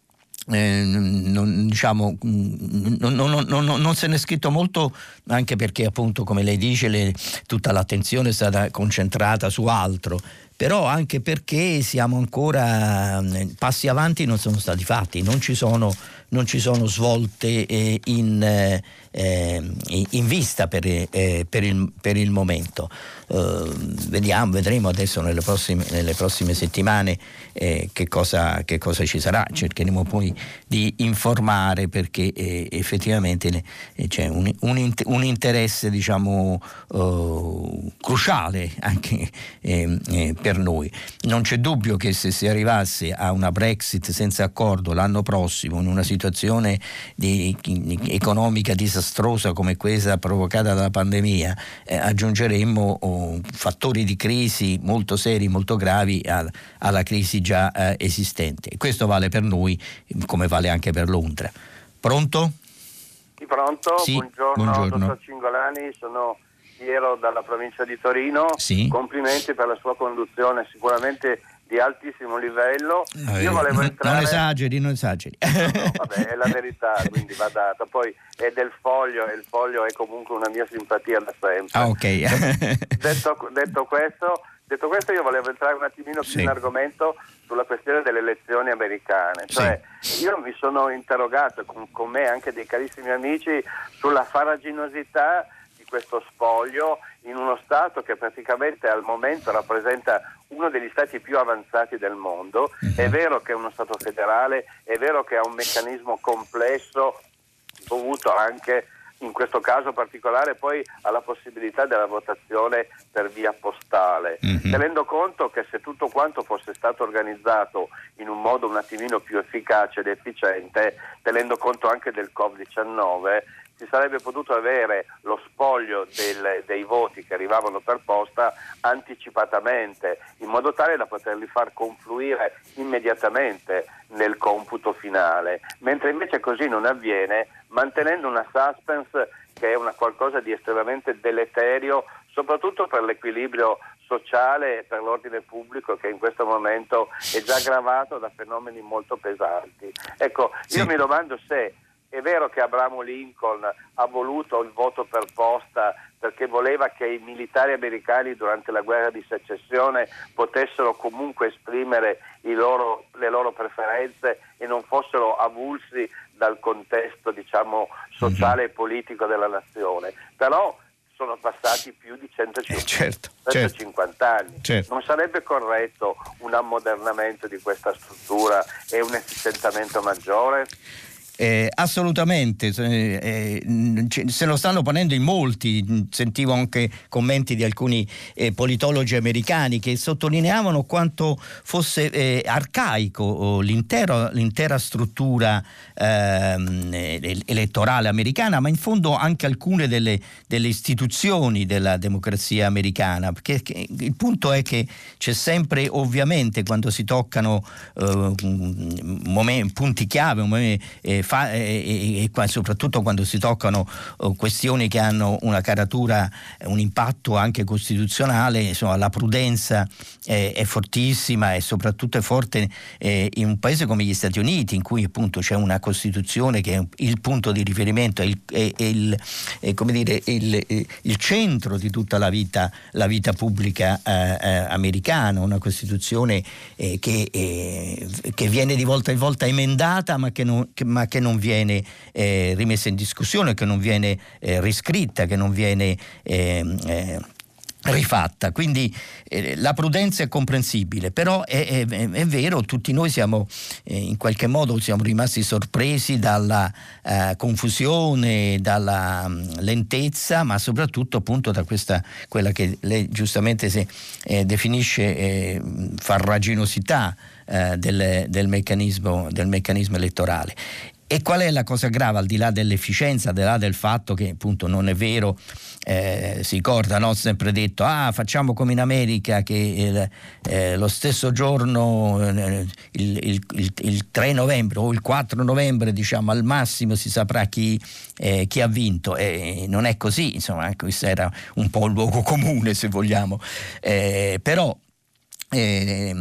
Eh, non, diciamo, non, non, non, non se ne è scritto molto, anche perché appunto, come lei dice, le, tutta l'attenzione è stata concentrata su altro, però anche perché siamo ancora, passi avanti non sono stati fatti, non ci sono, non ci sono svolte eh, in, eh, in vista per, eh, per, il, per il momento. Uh, vediamo, vedremo adesso nelle prossime, nelle prossime settimane eh, che, cosa, che cosa ci sarà. Cercheremo poi di informare, perché eh, effettivamente eh, c'è un, un, un interesse diciamo uh, cruciale anche eh, eh, per noi. Non c'è dubbio che se si arrivasse a una Brexit senza accordo l'anno prossimo, in una situazione di, di, economica disastrosa come questa provocata dalla pandemia, eh, aggiungeremmo oh, fattori di crisi molto seri, molto gravi a, alla crisi già eh, esistente. Questo vale per noi come vale anche per Londra. Pronto? Sì, pronto? Sì, buongiorno, buongiorno, dottor Cingolani, sono Piero dalla provincia di Torino. Sì. Complimenti per la sua conduzione, sicuramente di altissimo livello. Eh, Io volevo non, entrare... non esageri, non esageri. No, vabbè, è la verità, quindi va data. Poi è del Foglio, e il Foglio è comunque una mia simpatia da sempre. Ah, ok. detto, detto questo, detto questo, io volevo entrare un attimino più sì. in argomento sulla questione delle elezioni americane. Cioè, sì. io mi sono interrogato, con, con me anche dei carissimi amici, sulla farraginosità di questo spoglio in uno Stato che praticamente al momento rappresenta uno degli stati più avanzati del mondo. Uh-huh. È vero che è uno Stato federale, è vero che ha un meccanismo complesso dovuto anche in questo caso particolare poi alla possibilità della votazione per via postale. Uh-huh. Tenendo conto che se tutto quanto fosse stato organizzato in un modo un attimino più efficace ed efficiente, tenendo conto anche del covid diciannove, si sarebbe potuto avere lo spoglio del, dei voti che arrivavano per posta anticipatamente, in modo tale da poterli far confluire immediatamente nel computo finale, mentre invece così non avviene, mantenendo una suspense che è una qualcosa di estremamente deleterio, soprattutto per l'equilibrio sociale e per l'ordine pubblico, che in questo momento è già aggravato da fenomeni molto pesanti. Ecco, io sì. mi domando se è vero che Abraham Lincoln ha voluto il voto per posta perché voleva che i militari americani durante la guerra di secessione potessero comunque esprimere i loro, le loro preferenze e non fossero avulsi dal contesto, diciamo, sociale e politico della nazione. Però sono passati più di centocinquanta, eh, certo, centocinquanta certo, anni. Certo. Non sarebbe corretto un ammodernamento di questa struttura e un efficientamento maggiore? Eh, assolutamente, eh, se lo stanno ponendo in molti. Sentivo anche commenti di alcuni eh, politologi americani che sottolineavano quanto fosse eh, arcaico oh, l'intero, l'intera struttura eh, elettorale americana, ma in fondo anche alcune delle, delle istituzioni della democrazia americana, perché che, il punto è che c'è sempre, ovviamente, quando si toccano eh, momenti, punti chiave, momenti, eh, fa, e, e, e soprattutto quando si toccano uh, questioni che hanno una caratura, un impatto anche costituzionale, insomma la prudenza è, è fortissima, e soprattutto è forte eh, in un paese come gli Stati Uniti, in cui appunto c'è una Costituzione che è il punto di riferimento, è il, è, è il, è, come dire, il, il centro di tutta la vita, la vita pubblica eh, eh, americana, una Costituzione eh, che, eh, che viene di volta in volta emendata, ma che non, che, ma che non viene eh, rimessa in discussione, che non viene eh, riscritta, che non viene eh, eh, rifatta. Quindi eh, la prudenza è comprensibile, però è, è, è vero, tutti noi siamo eh, in qualche modo siamo rimasti sorpresi dalla eh, confusione, dalla um, lentezza, ma soprattutto appunto da questa, quella che lei giustamente si, eh, definisce eh, farraginosità eh, del, del meccanismo del meccanismo elettorale. E qual è la cosa grave, al di là dell'efficienza, al di là del fatto che appunto non è vero, eh, si ricorda, no? Sempre detto, ah facciamo come in America, che il, eh, lo stesso giorno, eh, il, il, il, il tre novembre o il quattro novembre, diciamo al massimo, si saprà chi, eh, chi ha vinto, e non è così, insomma, questo era un po' un luogo comune, se vogliamo, eh, però Eh,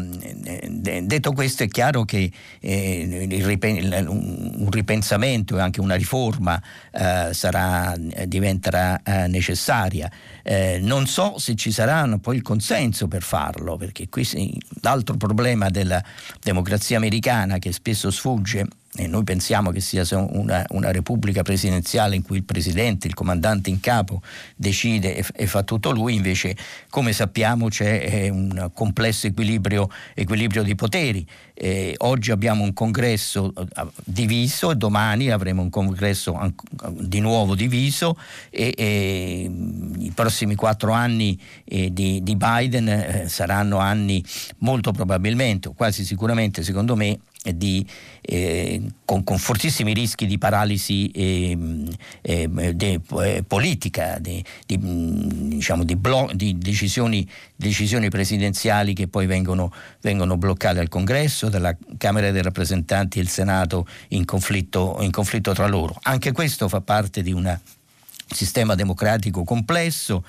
detto questo, è chiaro che eh, il ripen- un ripensamento e anche una riforma eh, sarà, diventerà eh, necessaria. Eh, non so se ci saranno poi il consenso per farlo, perché qui sì, l'altro problema della democrazia americana che spesso sfugge, e noi pensiamo che sia una, una repubblica presidenziale in cui il presidente, il comandante in capo decide e, e fa tutto lui, invece come sappiamo c'è un complesso equilibrio, equilibrio di poteri. Eh, oggi abbiamo un congresso diviso e domani avremo un congresso di nuovo diviso, e, e i prossimi quattro anni eh, di, di Biden eh, saranno anni molto probabilmente, quasi sicuramente secondo me, Di, eh, con, con fortissimi rischi di paralisi eh, eh, de, eh, politica, di, di, diciamo di, blo- di decisioni, decisioni presidenziali che poi vengono, vengono bloccate al Congresso, dalla Camera dei Rappresentanti e il Senato in conflitto, in conflitto tra loro. Anche questo fa parte di un sistema democratico complesso.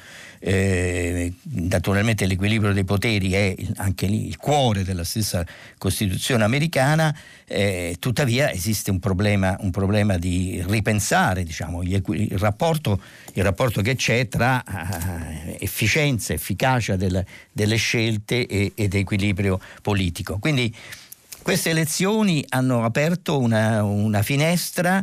Eh, naturalmente l'equilibrio dei poteri è anche lì il cuore della stessa Costituzione americana, eh, tuttavia esiste un problema, un problema di ripensare, diciamo, gli equi- il, rapporto, il rapporto che c'è tra uh, efficienza, efficacia del, delle scelte e, ed equilibrio politico. Quindi queste elezioni hanno aperto una, una finestra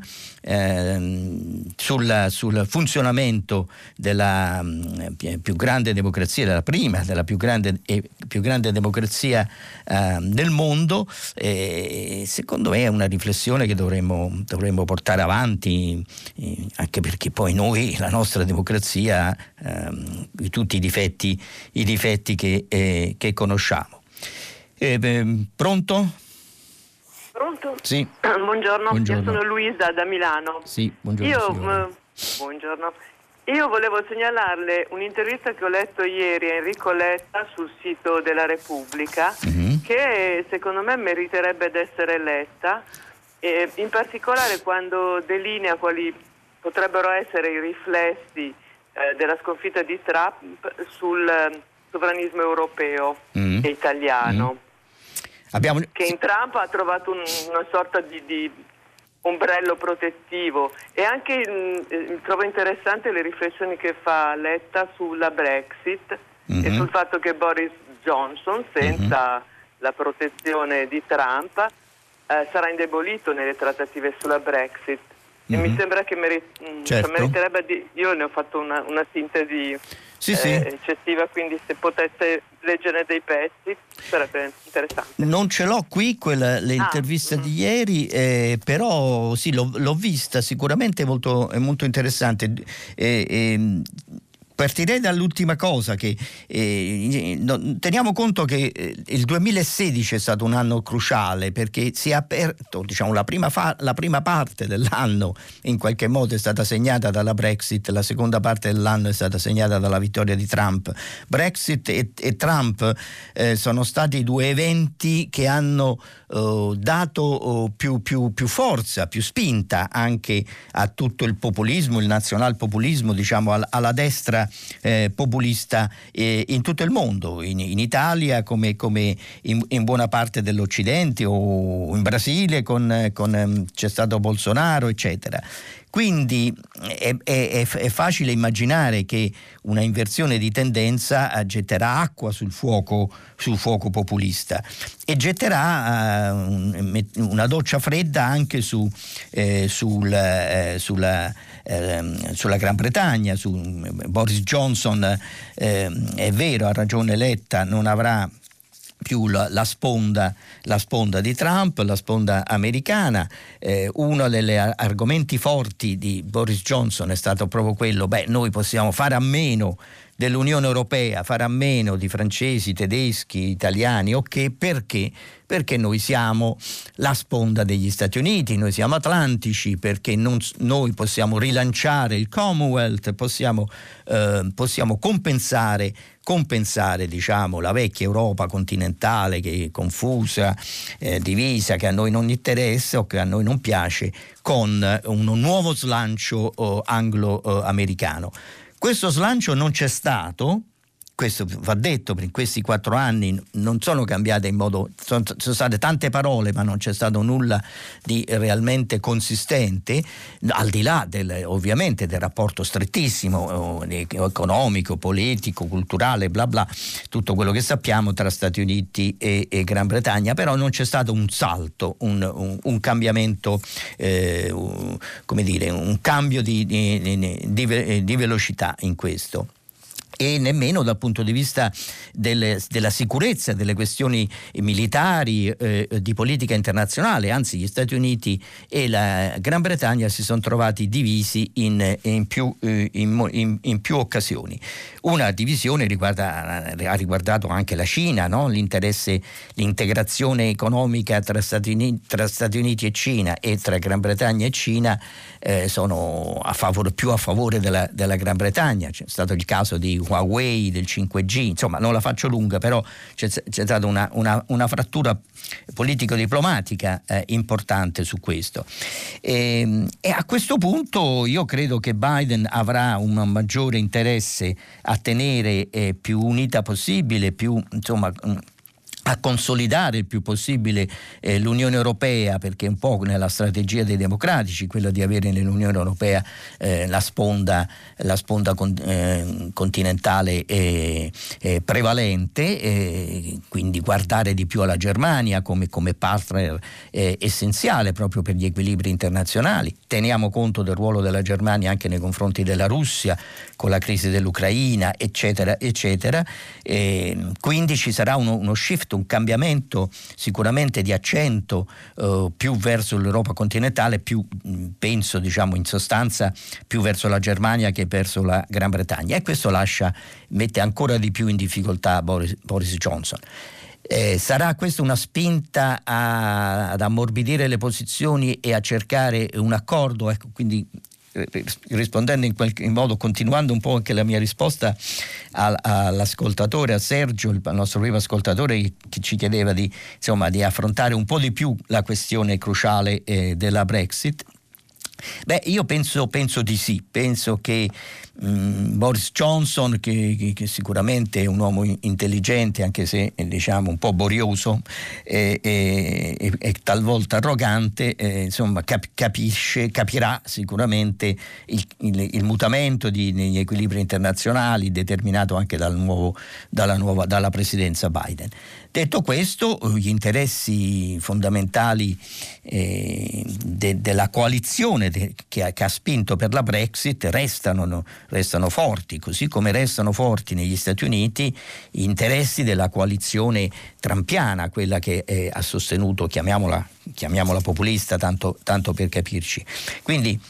eh, sul, sul funzionamento della mh, più grande democrazia, della prima, della più grande, e più grande democrazia eh, del mondo, e secondo me è una riflessione che dovremmo, dovremmo portare avanti, eh, anche perché poi noi, la nostra democrazia, eh, tutti i difetti, i difetti che, eh, che conosciamo. Eh, beh, pronto? Pronto? Sì. Buongiorno. Buongiorno, Io sono Luisa da Milano. Sì, buongiorno. Io, eh, buongiorno. Io volevo segnalarle un'intervista che ho letto ieri a Enrico Letta sul sito della Repubblica, uh-huh. che secondo me meriterebbe di essere letta, e in particolare quando delinea quali potrebbero essere i riflessi eh, della sconfitta di Trump sul eh, sovranismo europeo uh-huh. e italiano. Uh-huh. Abbiamo... che in Trump ha trovato un, una sorta di, di ombrello protettivo, e anche eh, trovo interessante le riflessioni che fa Letta sulla Brexit mm-hmm. e sul fatto che Boris Johnson, senza mm-hmm. la protezione di Trump, eh, sarà indebolito nelle trattative sulla Brexit. Mm-hmm. E mi sembra che meri- certo. cioè, meriterebbe di... io ne ho fatto una, una sintesi sì, eh, sì. eccessiva, quindi se potesse leggere dei pezzi sarebbe interessante. Non ce l'ho qui quella, le interviste ah. di ieri, eh, però sì, l'ho, l'ho vista, sicuramente molto, è molto interessante. Eh, eh, Partirei dall'ultima cosa, che eh, teniamo conto che eh, il duemilasedici è stato un anno cruciale, perché si è aperto, diciamo, la prima, fa- la prima parte dell'anno in qualche modo è stata segnata dalla Brexit, la seconda parte dell'anno è stata segnata dalla vittoria di Trump. Brexit e, e Trump eh, sono stati due eventi che hanno eh, dato eh, più, più, più forza, più spinta anche a tutto il populismo, il nazionalpopulismo, diciamo, al- alla destra Eh, populista eh, in tutto il mondo, in, in Italia come, come in, in buona parte dell'Occidente, o in Brasile con, con ehm, c'è stato Bolsonaro, eccetera. Quindi è, è, è facile immaginare che una inversione di tendenza getterà acqua sul fuoco, sul fuoco populista e getterà uh, una doccia fredda anche su, eh, sul, eh, sulla, eh, sulla Gran Bretagna. Su Boris Johnson, eh, è vero, ha ragione Letta, non avrà più la, la sponda la sponda di Trump, la sponda americana. Eh, uno degli argomenti forti di Boris Johnson è stato proprio quello: beh, noi possiamo fare a meno dell'Unione Europea, fare a meno di francesi, tedeschi, italiani, ok, perché? Perché noi siamo la sponda degli Stati Uniti, noi siamo atlantici, perché non, noi possiamo rilanciare il Commonwealth, possiamo, eh, possiamo compensare compensare diciamo la vecchia Europa continentale che è confusa, eh, divisa, che a noi non interessa o che a noi non piace, con un nuovo slancio eh, anglo-americano. Questo slancio non c'è stato. Questo va detto, per questi quattro anni non sono cambiate in modo, sono, sono state tante parole, ma non c'è stato nulla di realmente consistente, al di là del, ovviamente del rapporto strettissimo eh, economico, politico, culturale, bla bla, tutto quello che sappiamo tra Stati Uniti e, e Gran Bretagna. Però non c'è stato un salto, un, un, un cambiamento, eh, un, come dire, un cambio di, di, di, di, di velocità in questo. E nemmeno dal punto di vista delle, della sicurezza, delle questioni militari, eh, di politica internazionale. Anzi, gli Stati Uniti e la Gran Bretagna si sono trovati divisi in, in, più, eh, in, in, in più occasioni. Una divisione riguarda, ha riguardato anche la Cina, no? L'interesse, l'integrazione economica tra Stati Uniti, tra Stati Uniti e Cina e tra Gran Bretagna e Cina eh, sono a favore, più a favore della, della Gran Bretagna. C'è stato il caso di Huawei, del cinque G, insomma non la faccio lunga, però c'è, c'è stata una, una, una frattura politico-diplomatica eh, importante su questo. E, e a questo punto io credo che Biden avrà un maggiore interesse a tenere eh, più unita possibile, più insomma a consolidare il più possibile eh, l'Unione Europea, perché è un po' nella strategia dei democratici quella di avere nell'Unione Europea eh, la sponda, la sponda con, eh, continentale eh, eh, prevalente, eh, quindi guardare di più alla Germania come, come partner eh, essenziale proprio per gli equilibri internazionali. Teniamo conto del ruolo della Germania anche nei confronti della Russia con la crisi dell'Ucraina, eccetera, eccetera. Eh, quindi ci sarà uno, uno shift, un cambiamento sicuramente di accento eh, più verso l'Europa continentale, più penso diciamo in sostanza più verso la Germania che verso la Gran Bretagna, e questo lascia, mette ancora di più in difficoltà Boris, Boris Johnson. Eh, sarà questa una spinta a, ad ammorbidire le posizioni e a cercare un accordo, ecco, quindi rispondendo in qualche in modo, continuando un po' anche la mia risposta al, all'ascoltatore, a Sergio, il nostro primo ascoltatore, che ci chiedeva di, insomma, di affrontare un po' di più la questione cruciale eh, della Brexit. Beh, io penso, penso di sì, penso che mh, Boris Johnson, che, che, che sicuramente è un uomo intelligente, anche se diciamo un po' borioso e, e, e talvolta arrogante, eh, insomma cap- capisce, capirà sicuramente il, il, il mutamento di, degli equilibri internazionali determinato anche dal nuovo, dalla, nuova, dalla presidenza Biden. Detto questo, gli interessi fondamentali eh, de, della coalizione de, che, ha, che ha spinto per la Brexit restano, no, restano forti, così come restano forti negli Stati Uniti gli interessi della coalizione trumpiana, quella che eh, ha sostenuto, chiamiamola, chiamiamola populista, tanto, tanto per capirci. Quindi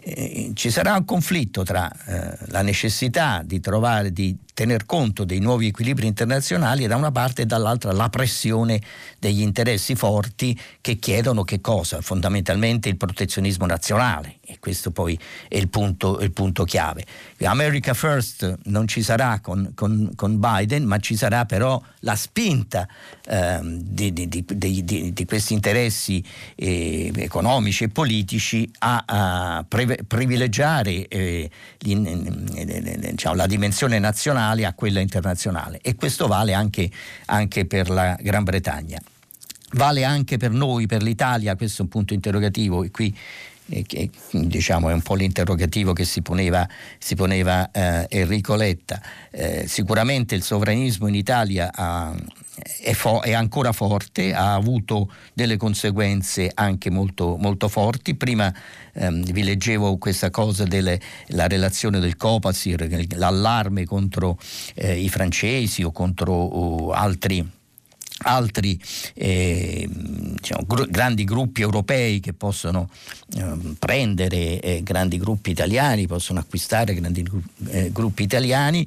eh, ci sarà un conflitto tra eh, la necessità di trovare, di tener conto dei nuovi equilibri internazionali da una parte e dall'altra la pressione degli interessi forti che chiedono che cosa? Fondamentalmente il protezionismo nazionale, e questo poi è il punto, il punto chiave. America First non ci sarà con, con, con Biden, ma ci sarà però la spinta eh, di, di, di, di, di questi interessi eh, economici e politici a, a pre- privilegiare eh, gli, eh, diciamo, la dimensione nazionale a quella internazionale, e questo vale anche, anche per la Gran Bretagna. Vale anche per noi, per l'Italia, questo è un punto interrogativo, e qui eh, che, diciamo è un po' l'interrogativo che si poneva, si poneva eh, Enrico Letta. Eh, sicuramente il sovranismo in Italia ha, è, fo- è ancora forte, ha avuto delle conseguenze anche molto, molto forti. Prima ehm, vi leggevo questa cosa della relazione del Copasir, l'allarme contro eh, i francesi o contro oh, altri altri eh, diciamo, gr- grandi gruppi europei che possono eh, prendere eh, grandi gruppi italiani, possono acquistare grandi gru- eh, gruppi italiani.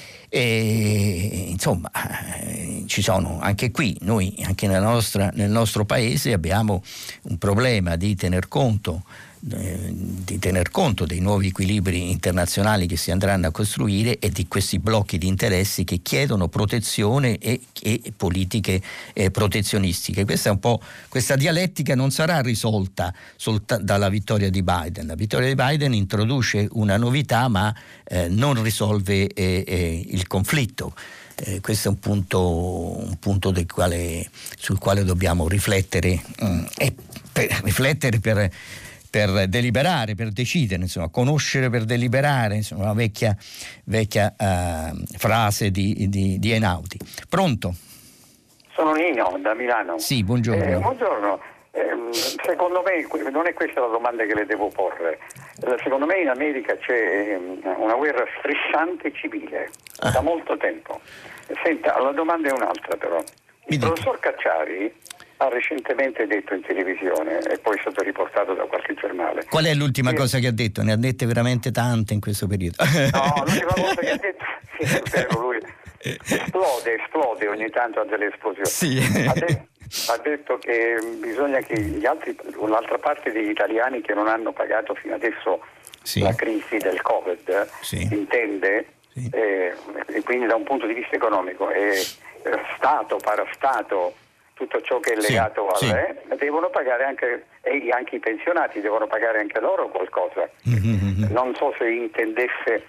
E, insomma, eh, ci sono anche qui, noi anche nella nostra, nel nostro paese abbiamo un problema di tener conto eh, di tener conto dei nuovi equilibri internazionali che si andranno a costruire e di questi blocchi di interessi che chiedono protezione e, e politiche eh, protezionistiche. Questa è un po', questa dialettica non sarà risolta solta, dalla vittoria di Biden. La vittoria di Biden introduce una novità, ma eh, non risolve eh, eh, il conflitto. Eh, questo è un punto, un punto del quale, sul quale dobbiamo riflettere mh, e per, riflettere per per deliberare, per decidere, insomma, conoscere per deliberare, insomma, una vecchia, vecchia uh, frase di, di, di Einaudi. Pronto? Sono Nino, da Milano. Sì, buongiorno. Eh, buongiorno. Eh, secondo me, non è questa la domanda che le devo porre. Secondo me in America c'è una guerra stressante civile, ah. da molto tempo. Senta, la domanda è un'altra però. Il professor Cacciari ha recentemente detto in televisione, e poi è stato riportato da qualche giornale. Qual è l'ultima che... cosa che ha detto? Ne ha dette veramente tante in questo periodo. No, l'ultima cosa che ha detto, sì, è vero, lui esplode, esplode ogni tanto, ha delle esplosioni. Sì. Ha, de- ha detto che bisogna che gli altri, un'altra parte degli italiani che non hanno pagato fino adesso sì. la crisi del Covid, sì. intende, sì. Eh, e quindi da un punto di vista economico, è Stato, parastato, tutto ciò che è legato sì, a sì. eh, devono pagare anche, e anche i pensionati devono pagare anche loro qualcosa. Mm-hmm. Non so se intendesse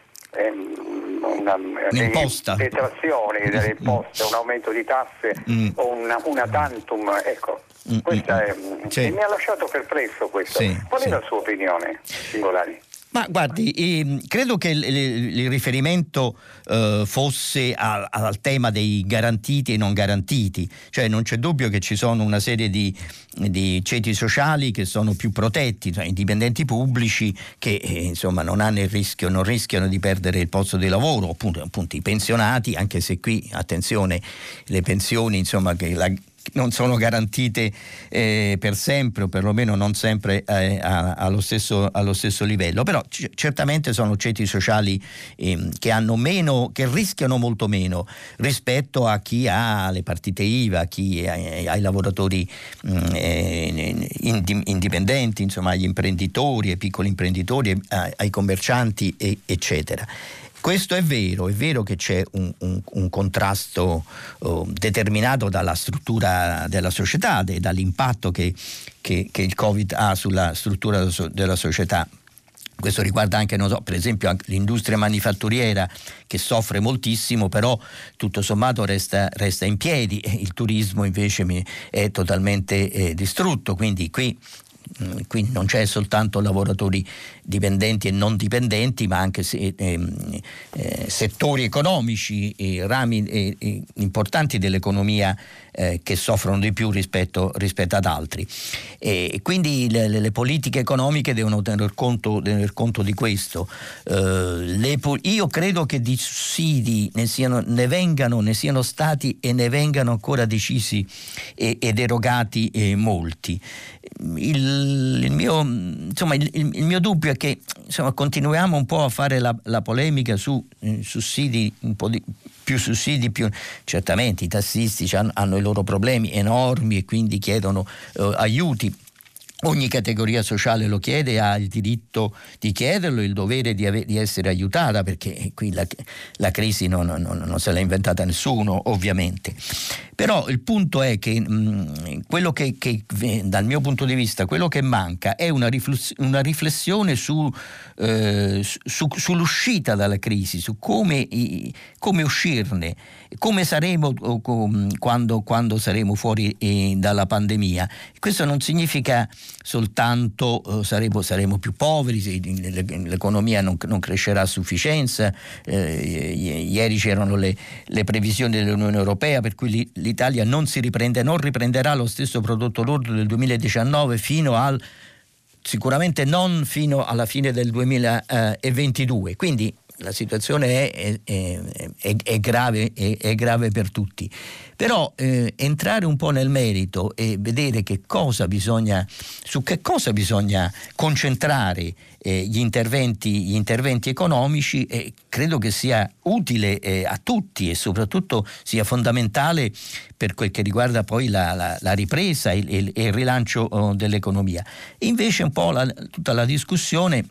ehm, una un'imposta, detrazioni delle imposte, un aumento di tasse mm. o una, una tantum, ecco. Mm-hmm. Questa è, sì. mi ha lasciato perplesso questo. Sì, Qual sì. è la sua opinione, Cingolani? Ma guardi, eh, credo che il, il, il riferimento eh, fosse al, al tema dei garantiti e non garantiti, cioè non c'è dubbio che ci sono una serie di, di ceti sociali che sono più protetti, cioè indipendenti pubblici che eh, insomma non hanno il rischio, non rischiano di perdere il posto di lavoro, appunto, appunto i pensionati, anche se qui, attenzione, le pensioni insomma che la non sono garantite eh, per sempre, o perlomeno non sempre eh, a, allo, stesso, allo stesso livello, però c- certamente sono ceti sociali eh, che hanno meno, che rischiano molto meno rispetto a chi ha le partite I V A, a chi ha, ai lavoratori mh, eh, indipendenti, insomma agli imprenditori, ai piccoli imprenditori, ai, ai commercianti e, eccetera. Questo è vero, è vero che c'è un, un, un contrasto uh, determinato dalla struttura della società e dall'impatto che, che, che il Covid ha sulla struttura della società. Questo riguarda anche, non so, per esempio anche l'industria manifatturiera che soffre moltissimo, però tutto sommato resta, resta in piedi, il turismo invece è totalmente eh, distrutto, quindi qui Qui non c'è soltanto lavoratori dipendenti e non dipendenti, ma anche se, eh, eh, settori economici e rami eh, eh, importanti dell'economia eh, che soffrono di più rispetto, rispetto ad altri. E quindi le, le politiche economiche devono tener conto, tener conto di questo. Eh, le, io credo che di sussidi ne, siano, ne vengano, ne siano stati e ne vengano ancora decisi e, ed erogati eh, molti. Il, il, mio, insomma, il, il mio dubbio è che insomma, continuiamo un po' a fare la, la polemica su eh, sussidi, un po' di più sussidi, più certamente i tassisti hanno, hanno i loro problemi enormi e quindi chiedono eh, aiuti. Ogni categoria sociale lo chiede, ha il diritto di chiederlo, il dovere di, ave- di essere aiutata, perché qui la, la crisi non, non, non se l'ha inventata nessuno, ovviamente. Però il punto è che mh, quello che, che dal mio punto di vista quello che manca è una, rifless- una riflessione su, eh, su, sull'uscita dalla crisi, su come, i, come uscirne, come saremo quando, quando saremo fuori eh, dalla pandemia. Questo non significa soltanto eh, saremo, saremo più poveri, l'economia non, non crescerà a sufficienza. Eh, ieri c'erano le, le previsioni dell'Unione Europea per cui l'Italia non si riprende, non riprenderà lo stesso prodotto lordo del duemiladiciannove fino al sicuramente non fino alla fine del duemilaventidue. Quindi la situazione è, è, è, è, grave, è, è grave per tutti. Però eh, entrare un po' nel merito e vedere che cosa bisogna, su che cosa bisogna concentrare eh, gli interventi, gli interventi economici, eh, credo che sia utile eh, a tutti e soprattutto sia fondamentale per quel che riguarda poi la, la, la ripresa e il, il rilancio oh, dell'economia. Invece un po' la, tutta la discussione,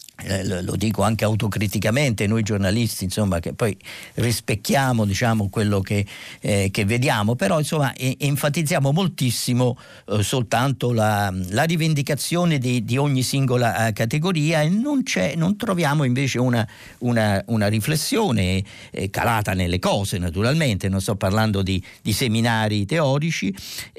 Eh, lo dico anche autocriticamente, noi giornalisti insomma che poi rispecchiamo diciamo quello che, eh, che vediamo, però insomma e, enfatizziamo moltissimo eh, soltanto la, la rivendicazione di, di ogni singola eh, categoria e non, c'è, non troviamo invece una, una, una riflessione eh, calata nelle cose, naturalmente non sto parlando di, di seminari teorici,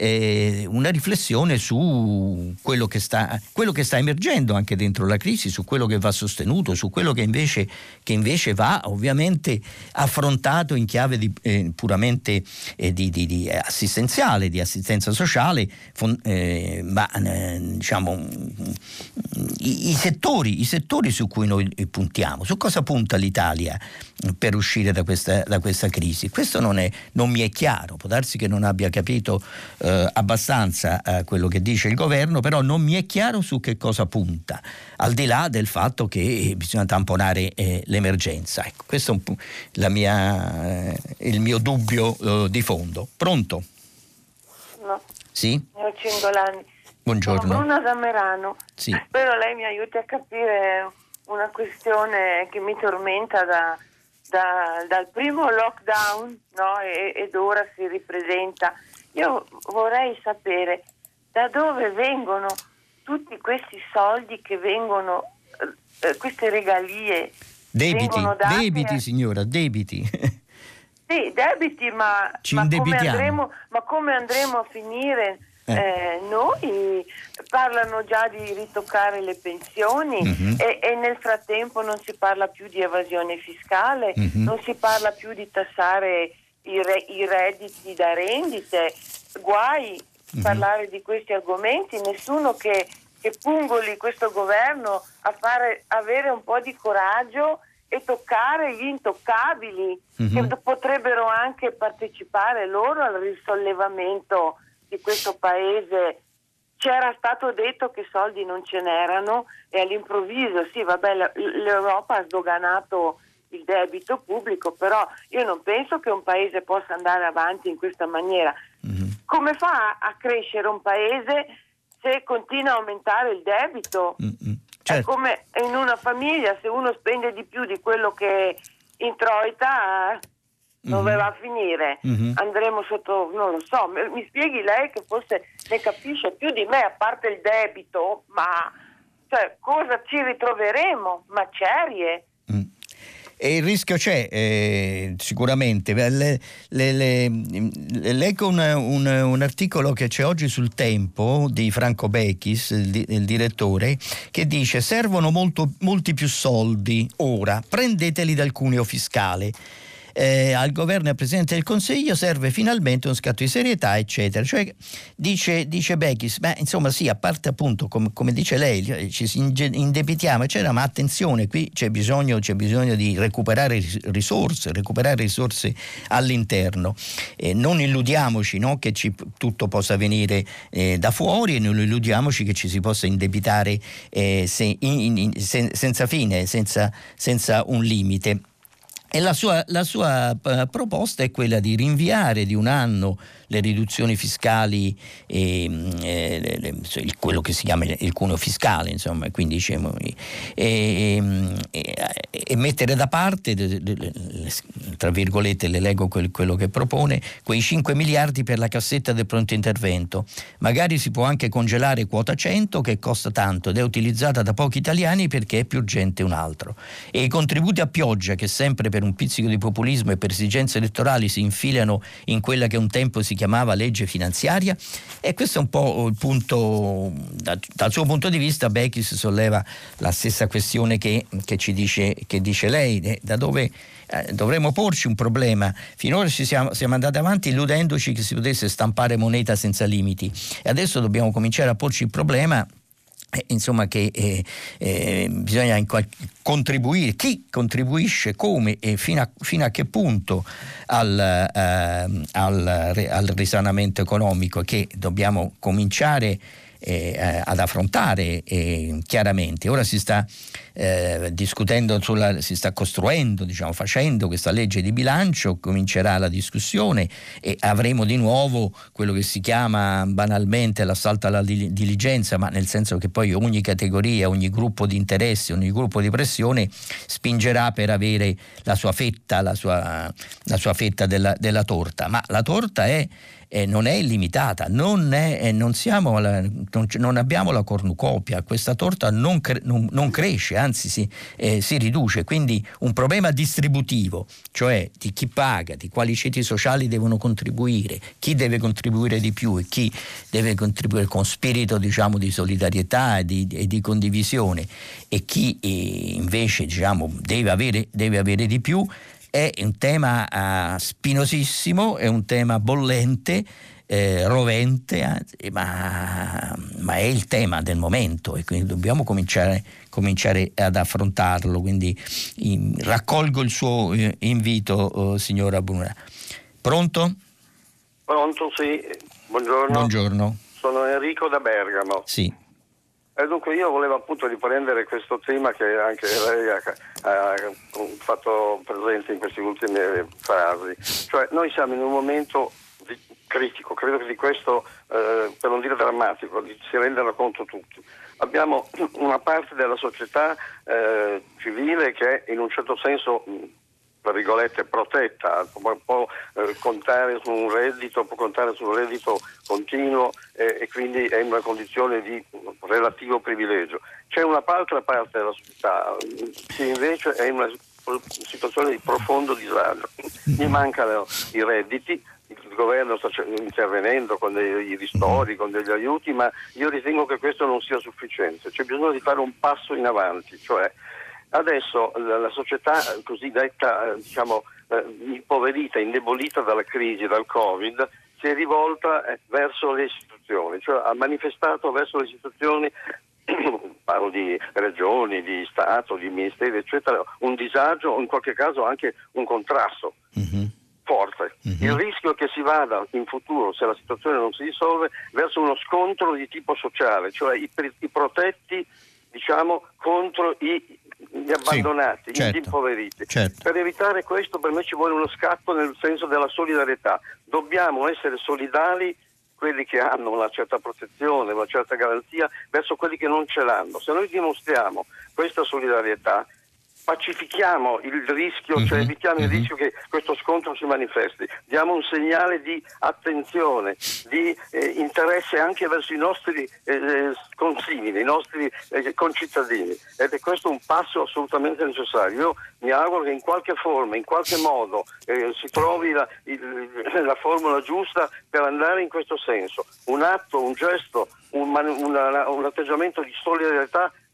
eh, una riflessione su quello che sta, quello che sta emergendo anche dentro la crisi, su quello che va sostenuto, su quello che invece, che invece va ovviamente affrontato in chiave di, eh, puramente eh, di, di, di assistenziale, di assistenza sociale, fon, eh, ma eh, diciamo i, i settori, i settori su cui noi puntiamo. Su cosa punta l'Italia per uscire da questa, da questa crisi? Questo non, è, non mi è chiaro, può darsi che non abbia capito eh, abbastanza eh, quello che dice il governo, però non mi è chiaro su che cosa punta, al di là del fatto che bisogna tamponare eh, l'emergenza. Ecco, questo è un po' la mia, eh, il mio dubbio eh, di fondo. Pronto? No. Sì? Signor Cingolani. Buongiorno. Sono Bruna da Merano. Sì. Spero lei mi aiuti a capire una questione che mi tormenta da, da, dal primo lockdown, no? e, ed ora si ripresenta. Io vorrei sapere da dove vengono tutti questi soldi che vengono, eh, queste regalie. Debiti, date, debiti signora, debiti. Sì, debiti, ma, Ci ma, come indebitiamo. andremo, ma come andremo a finire? Eh. Eh, noi parlano già di ritoccare le pensioni mm-hmm. e, e nel frattempo non si parla più di evasione fiscale, mm-hmm. non si parla più di tassare i, re, i redditi da rendite. Guai mm-hmm. parlare di questi argomenti, nessuno che, che pungoli questo governo a fare avere un po' di coraggio e toccare gli intoccabili mm-hmm. che potrebbero anche partecipare loro al risollevamento di questo paese. C'era stato detto che soldi non ce n'erano e all'improvviso sì, vabbè, l'Europa ha sdoganato il debito pubblico, però io non penso che un paese possa andare avanti in questa maniera. Mm-hmm. Come fa a crescere un paese se continua a aumentare il debito? Mm-hmm. Certo. È come in una famiglia, se uno spende di più di quello che introita, dove mm-hmm. va a finire? Mm-hmm. Andremo sotto, non lo so, mi spieghi lei che forse ne capisce più di me, a parte il debito, ma cioè, cosa ci ritroveremo? Macerie? Mm. E il rischio c'è, eh, sicuramente. Le, le, le, leggo un, un, un articolo che c'è oggi sul Tempo di Franco Bechis, il, il direttore, che dice: servono molto, molti più soldi ora, prendeteli dal cuneo fiscale. eh, al governo e al Presidente del Consiglio serve finalmente uno scatto di serietà, eccetera. Cioè, dice, dice Bechis, beh, insomma sì, a parte appunto, com, come dice lei, ci si indebitiamo, eccetera, ma attenzione, qui c'è bisogno, c'è bisogno di recuperare risorse, recuperare risorse all'interno. Eh, non illudiamoci, no, che ci, tutto possa venire eh, da fuori, e non illudiamoci che ci si possa indebitare eh, se, in, in, sen, senza fine, senza, senza un limite. E la sua, la sua uh, proposta è quella di rinviare di un anno le riduzioni fiscali, e, e, le, il, quello che si chiama il cuneo fiscale, insomma, quindi diciamo, e, e, e mettere da parte, le, le, le, tra virgolette, le leggo quel, quello che propone, quei cinque miliardi per la cassetta del pronto intervento. Magari si può anche congelare quota cento, che costa tanto ed è utilizzata da pochi italiani perché è più urgente un altro. E i contributi a pioggia, che sempre per un pizzico di populismo e per esigenze elettorali si infilano in quella che un tempo si chiamava legge finanziaria, e questo è un po' il punto. Da, dal suo punto di vista Bechis solleva la stessa questione che, che ci dice, che dice lei, eh, da dove eh, dovremmo porci un problema. Finora ci siamo, siamo andati avanti illudendoci che si potesse stampare moneta senza limiti, e adesso dobbiamo cominciare a porci il problema Eh, insomma che eh, eh, bisogna in qual- contribuire, chi contribuisce, come e fino a, fino a che punto al, eh, al, al risanamento economico, che dobbiamo cominciare eh, ad affrontare eh, chiaramente. Ora si sta eh, discutendo sulla, si sta costruendo, diciamo, facendo questa legge di bilancio, comincerà la discussione e avremo di nuovo quello che si chiama banalmente l'assalto alla diligenza, ma nel senso che poi ogni categoria, ogni gruppo di interessi, ogni gruppo di pressione spingerà per avere la sua fetta, la sua, la sua fetta della, della torta. Ma la torta è Eh, non è illimitata, non, è, eh, non, siamo alla, non, non abbiamo la cornucopia, questa torta non, cre, non, non cresce, anzi si, eh, si riduce, quindi un problema distributivo, cioè di chi paga, di quali ceti sociali devono contribuire, chi deve contribuire di più e chi deve contribuire con spirito, diciamo, di solidarietà e di, e di condivisione, e chi eh, invece, diciamo, deve avere, deve avere di più. È un tema uh, spinosissimo, è un tema bollente, eh, rovente, eh, ma, ma è il tema del momento, e quindi dobbiamo cominciare, cominciare ad affrontarlo. Quindi in, raccolgo il suo eh, invito, oh, signora Bruna. Pronto? Pronto, sì. Buongiorno. Buongiorno. Sono Enrico da Bergamo. Sì. E dunque io volevo appunto riprendere questo tema che anche lei ha, ha fatto presente in queste ultime frasi. Cioè noi siamo in un momento di, critico, credo che di questo, eh, per non dire drammatico, si rendano conto tutti. Abbiamo una parte della società eh, civile che in un certo senso, tra virgolette, protetta, può, può eh, contare su un reddito, può contare su un reddito continuo eh, e quindi è in una condizione di relativo privilegio. C'è un'altra parte della società che invece è in una situazione di profondo disagio. Gli mancano i redditi, il governo sta intervenendo con dei ristori, con degli aiuti, ma io ritengo che questo non sia sufficiente. C'è bisogno di fare un passo in avanti, cioè adesso la società cosiddetta, diciamo, impoverita, indebolita dalla crisi, dal Covid, si è rivolta verso le istituzioni, cioè ha manifestato verso le istituzioni, parlo di regioni, di Stato, di ministeri, eccetera, un disagio o in qualche caso anche un contrasto mm-hmm. forte. Mm-hmm. Il rischio è che si vada in futuro, se la situazione non si risolve, verso uno scontro di tipo sociale, cioè i, i protetti, diciamo, contro i gli abbandonati, sì, certo, gli impoveriti. Certo. Per evitare questo per me ci vuole uno scatto nel senso della solidarietà. Dobbiamo essere solidali, quelli che hanno una certa protezione, una certa garanzia, verso quelli che non ce l'hanno. Se noi dimostriamo questa solidarietà, pacifichiamo il rischio, mm-hmm. cioè evitiamo mm-hmm. il rischio che questo scontro si manifesti, diamo un segnale di attenzione, di eh, interesse anche verso i nostri eh, consimili, i nostri eh, concittadini, ed è questo un passo assolutamente necessario. Io mi auguro che in qualche forma, in qualche modo eh, si trovi la, il, la formula giusta per andare in questo senso, un atto, un gesto, un, una, un atteggiamento di solidarietà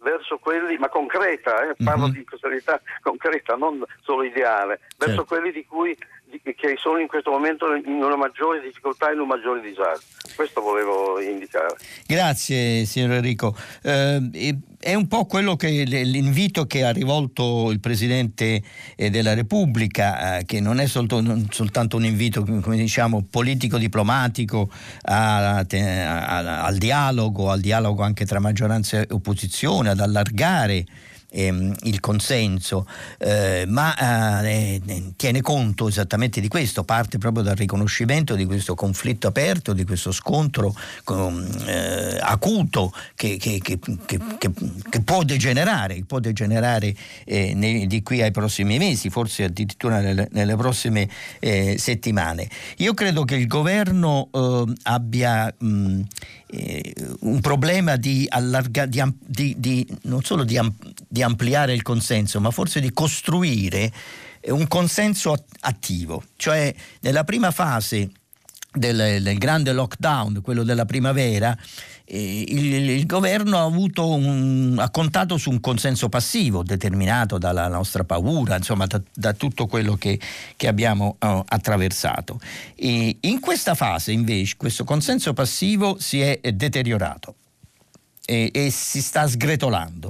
verso quelli, ma concreta, eh, parlo mm-hmm. di personalità concreta, non solo ideale, verso certo. quelli di cui di, che sono in questo momento in una maggiore difficoltà e in un maggiore disagio. Questo volevo indicare. Grazie signor Enrico. Eh, è un po' quello che l'invito che ha rivolto il Presidente della Repubblica, eh, che non è solto, non soltanto un invito, come diciamo, politico-diplomatico a, a, a, al dialogo, al dialogo anche tra maggioranza e opposizione, ad allargare il consenso, eh, ma eh, tiene conto esattamente di questo, parte proprio dal riconoscimento di questo conflitto aperto, di questo scontro eh, acuto che, che, che, che, che può degenerare, può degenerare eh, nei, di qui ai prossimi mesi, forse addirittura nelle, nelle prossime eh, settimane. Io credo che il governo eh, abbia mh, eh, un problema di allargare, di, di, di, non solo di, di ampliare il consenso, ma forse di costruire un consenso attivo. Cioè nella prima fase del, del grande lockdown, quello della primavera, eh, il, il governo ha avuto un, ha contato su un consenso passivo determinato dalla nostra paura, insomma da, da tutto quello che, che abbiamo uh, attraversato. E in questa fase invece questo consenso passivo si è deteriorato e, e si sta sgretolando.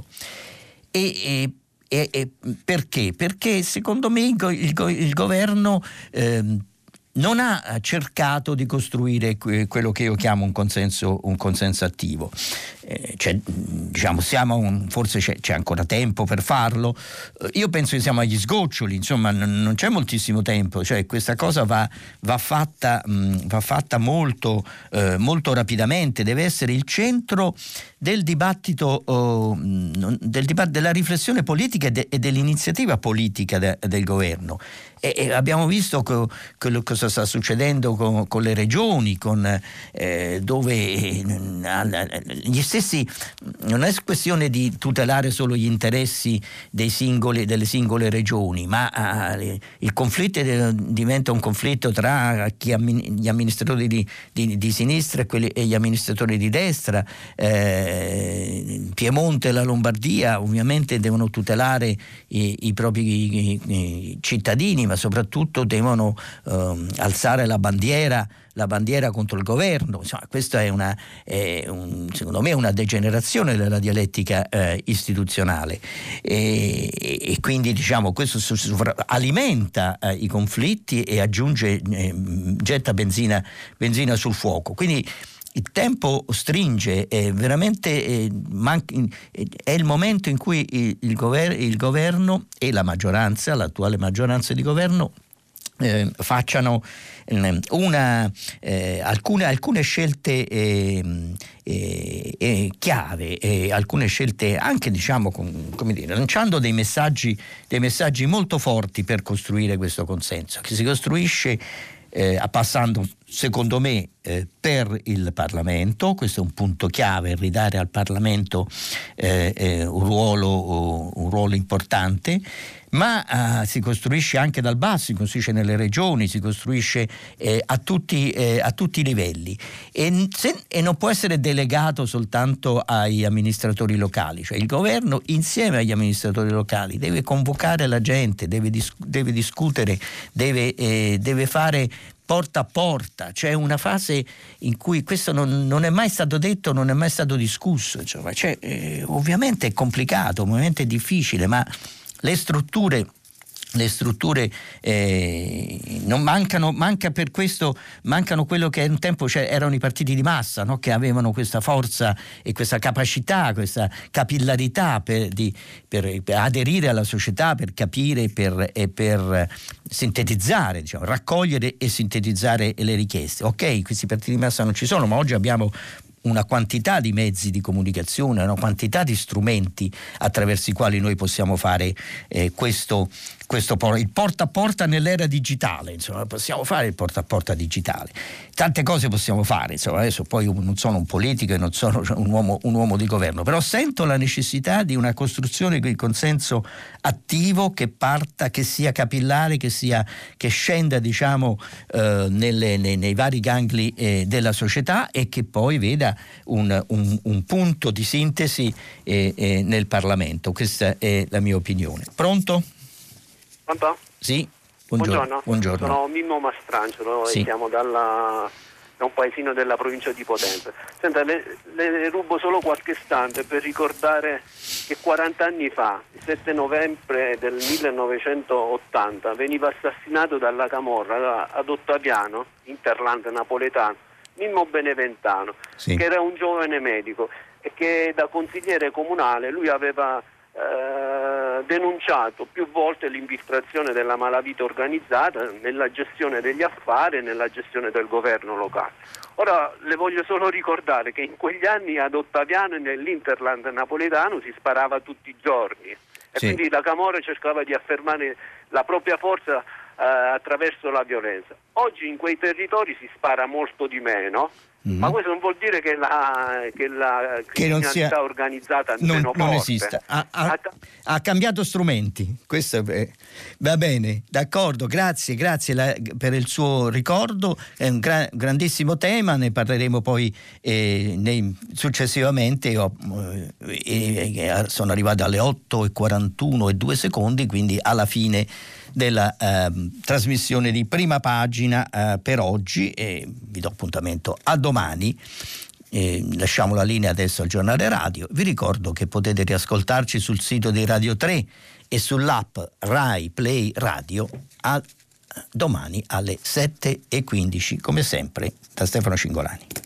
E, e, e perché? Perché secondo me il, il, il governo eh, non ha cercato di costruire quello che io chiamo un consenso, un consenso attivo. Eh, cioè, diciamo, siamo un, forse c'è, c'è ancora tempo per farlo. Eh, io penso che siamo agli sgoccioli, insomma, non, non c'è moltissimo tempo. Cioè, questa cosa va, va fatta, mh, va fatta molto, eh, molto rapidamente. Deve essere il centro del dibattito, oh, del dibattito, della riflessione politica e, de, e dell'iniziativa politica de, del governo. E, e abbiamo visto co, co, cosa sta succedendo con, con le regioni, con, eh, dove eh, gli stessi, non è questione di tutelare solo gli interessi dei singoli, delle singole regioni, ma eh, il conflitto diventa un conflitto tra chi ammin, gli amministratori di, di, di sinistra e, quelli, e gli amministratori di destra. Eh, Piemonte e la Lombardia ovviamente devono tutelare i, i propri i, i cittadini, ma soprattutto devono eh, alzare la bandiera la bandiera contro il governo. Insomma, questa è una è un, secondo me una degenerazione della dialettica eh, istituzionale e, e quindi diciamo questo alimenta eh, i conflitti e aggiunge eh, getta benzina benzina sul fuoco. Quindi il tempo stringe, è veramente è, è il momento in cui il, il, gover- il governo e la maggioranza, l'attuale maggioranza di governo, eh, facciano eh, una, eh, alcune, alcune scelte eh, eh, eh, chiave, eh, alcune scelte anche diciamo con, come dire, lanciando dei messaggi, dei messaggi molto forti per costruire questo consenso, che si costruisce Eh, passando secondo me eh, per il Parlamento. Questo è un punto chiave, ridare al Parlamento eh, eh, un ruolo un ruolo importante, ma eh, si costruisce anche dal basso, si costruisce nelle regioni, si costruisce eh, a, tutti, eh, a tutti i livelli e, se, e non può essere delegato soltanto ai amministratori locali. Cioè il governo insieme agli amministratori locali deve convocare la gente, deve, dis- deve discutere, deve, eh, deve fare porta a porta. C'è una fase in cui questo non, non è mai stato detto, non è mai stato discusso, insomma. Cioè, eh, ovviamente è complicato, ovviamente è difficile, ma le strutture le strutture eh, non mancano, manca per questo, mancano quello che un tempo cioè, erano i partiti di massa, no? Che avevano questa forza e questa capacità, questa capillarità per, di, per, per aderire alla società, per capire per, e per sintetizzare, diciamo, raccogliere e sintetizzare le richieste. Ok, questi partiti di massa non ci sono, ma oggi abbiamo una quantità di mezzi di comunicazione, una quantità di strumenti attraverso i quali noi possiamo fare eh, questo, questo il porta a porta nell'era digitale, insomma, possiamo fare il porta a porta digitale. Tante cose possiamo fare, insomma, adesso poi non sono un politico e non sono un uomo, un uomo di governo, però sento la necessità di una costruzione di consenso attivo che parta, che sia capillare, che sia che scenda, diciamo, eh, nelle, nei, nei vari gangli eh, della società e che poi veda sia un, un, un punto di sintesi eh, eh, nel Parlamento. Questa è la mia opinione. Pronto? Pronto? Sì, buongiorno. Buongiorno. Buongiorno. Sono Mimmo Mastrangelo Sì. e chiamo dalla, da un paesino della provincia di Potenza. Senta, le, le rubo solo qualche istante per ricordare che quaranta anni fa, il sette novembre del millenovecentottanta, veniva assassinato dalla camorra ad Ottaviano, interland napoletano, Mimmo Beneventano, Sì. che era un giovane medico e che da consigliere comunale lui aveva eh, denunciato più volte l'infiltrazione della malavita organizzata nella gestione degli affari e nella gestione del governo locale. Ora le voglio solo ricordare che in quegli anni ad Ottaviano e nell'Interland napoletano si sparava tutti i giorni e Sì. quindi la camorra cercava di affermare la propria forza eh, attraverso la violenza. Oggi in quei territori si spara molto di meno. Mm-hmm. Ma questo non vuol dire che la, che la che non criminalità sia, organizzata è non, meno non forte. esista. Ha, ha, ha cambiato strumenti. Questo è, va bene, d'accordo, grazie, grazie la, per il suo ricordo. È un gra, grandissimo tema, ne parleremo poi eh, nei, successivamente. Ho, eh, eh, sono arrivato alle otto e quarantuno e due secondi, quindi alla fine della eh, trasmissione di Prima Pagina eh, per oggi, e vi do appuntamento a domani. Eh, lasciamo la linea adesso al giornale radio. Vi ricordo che potete riascoltarci sul sito di Radio tre e sull'app Rai Play Radio a domani alle sette e quindici, come sempre da Stefano Cingolani.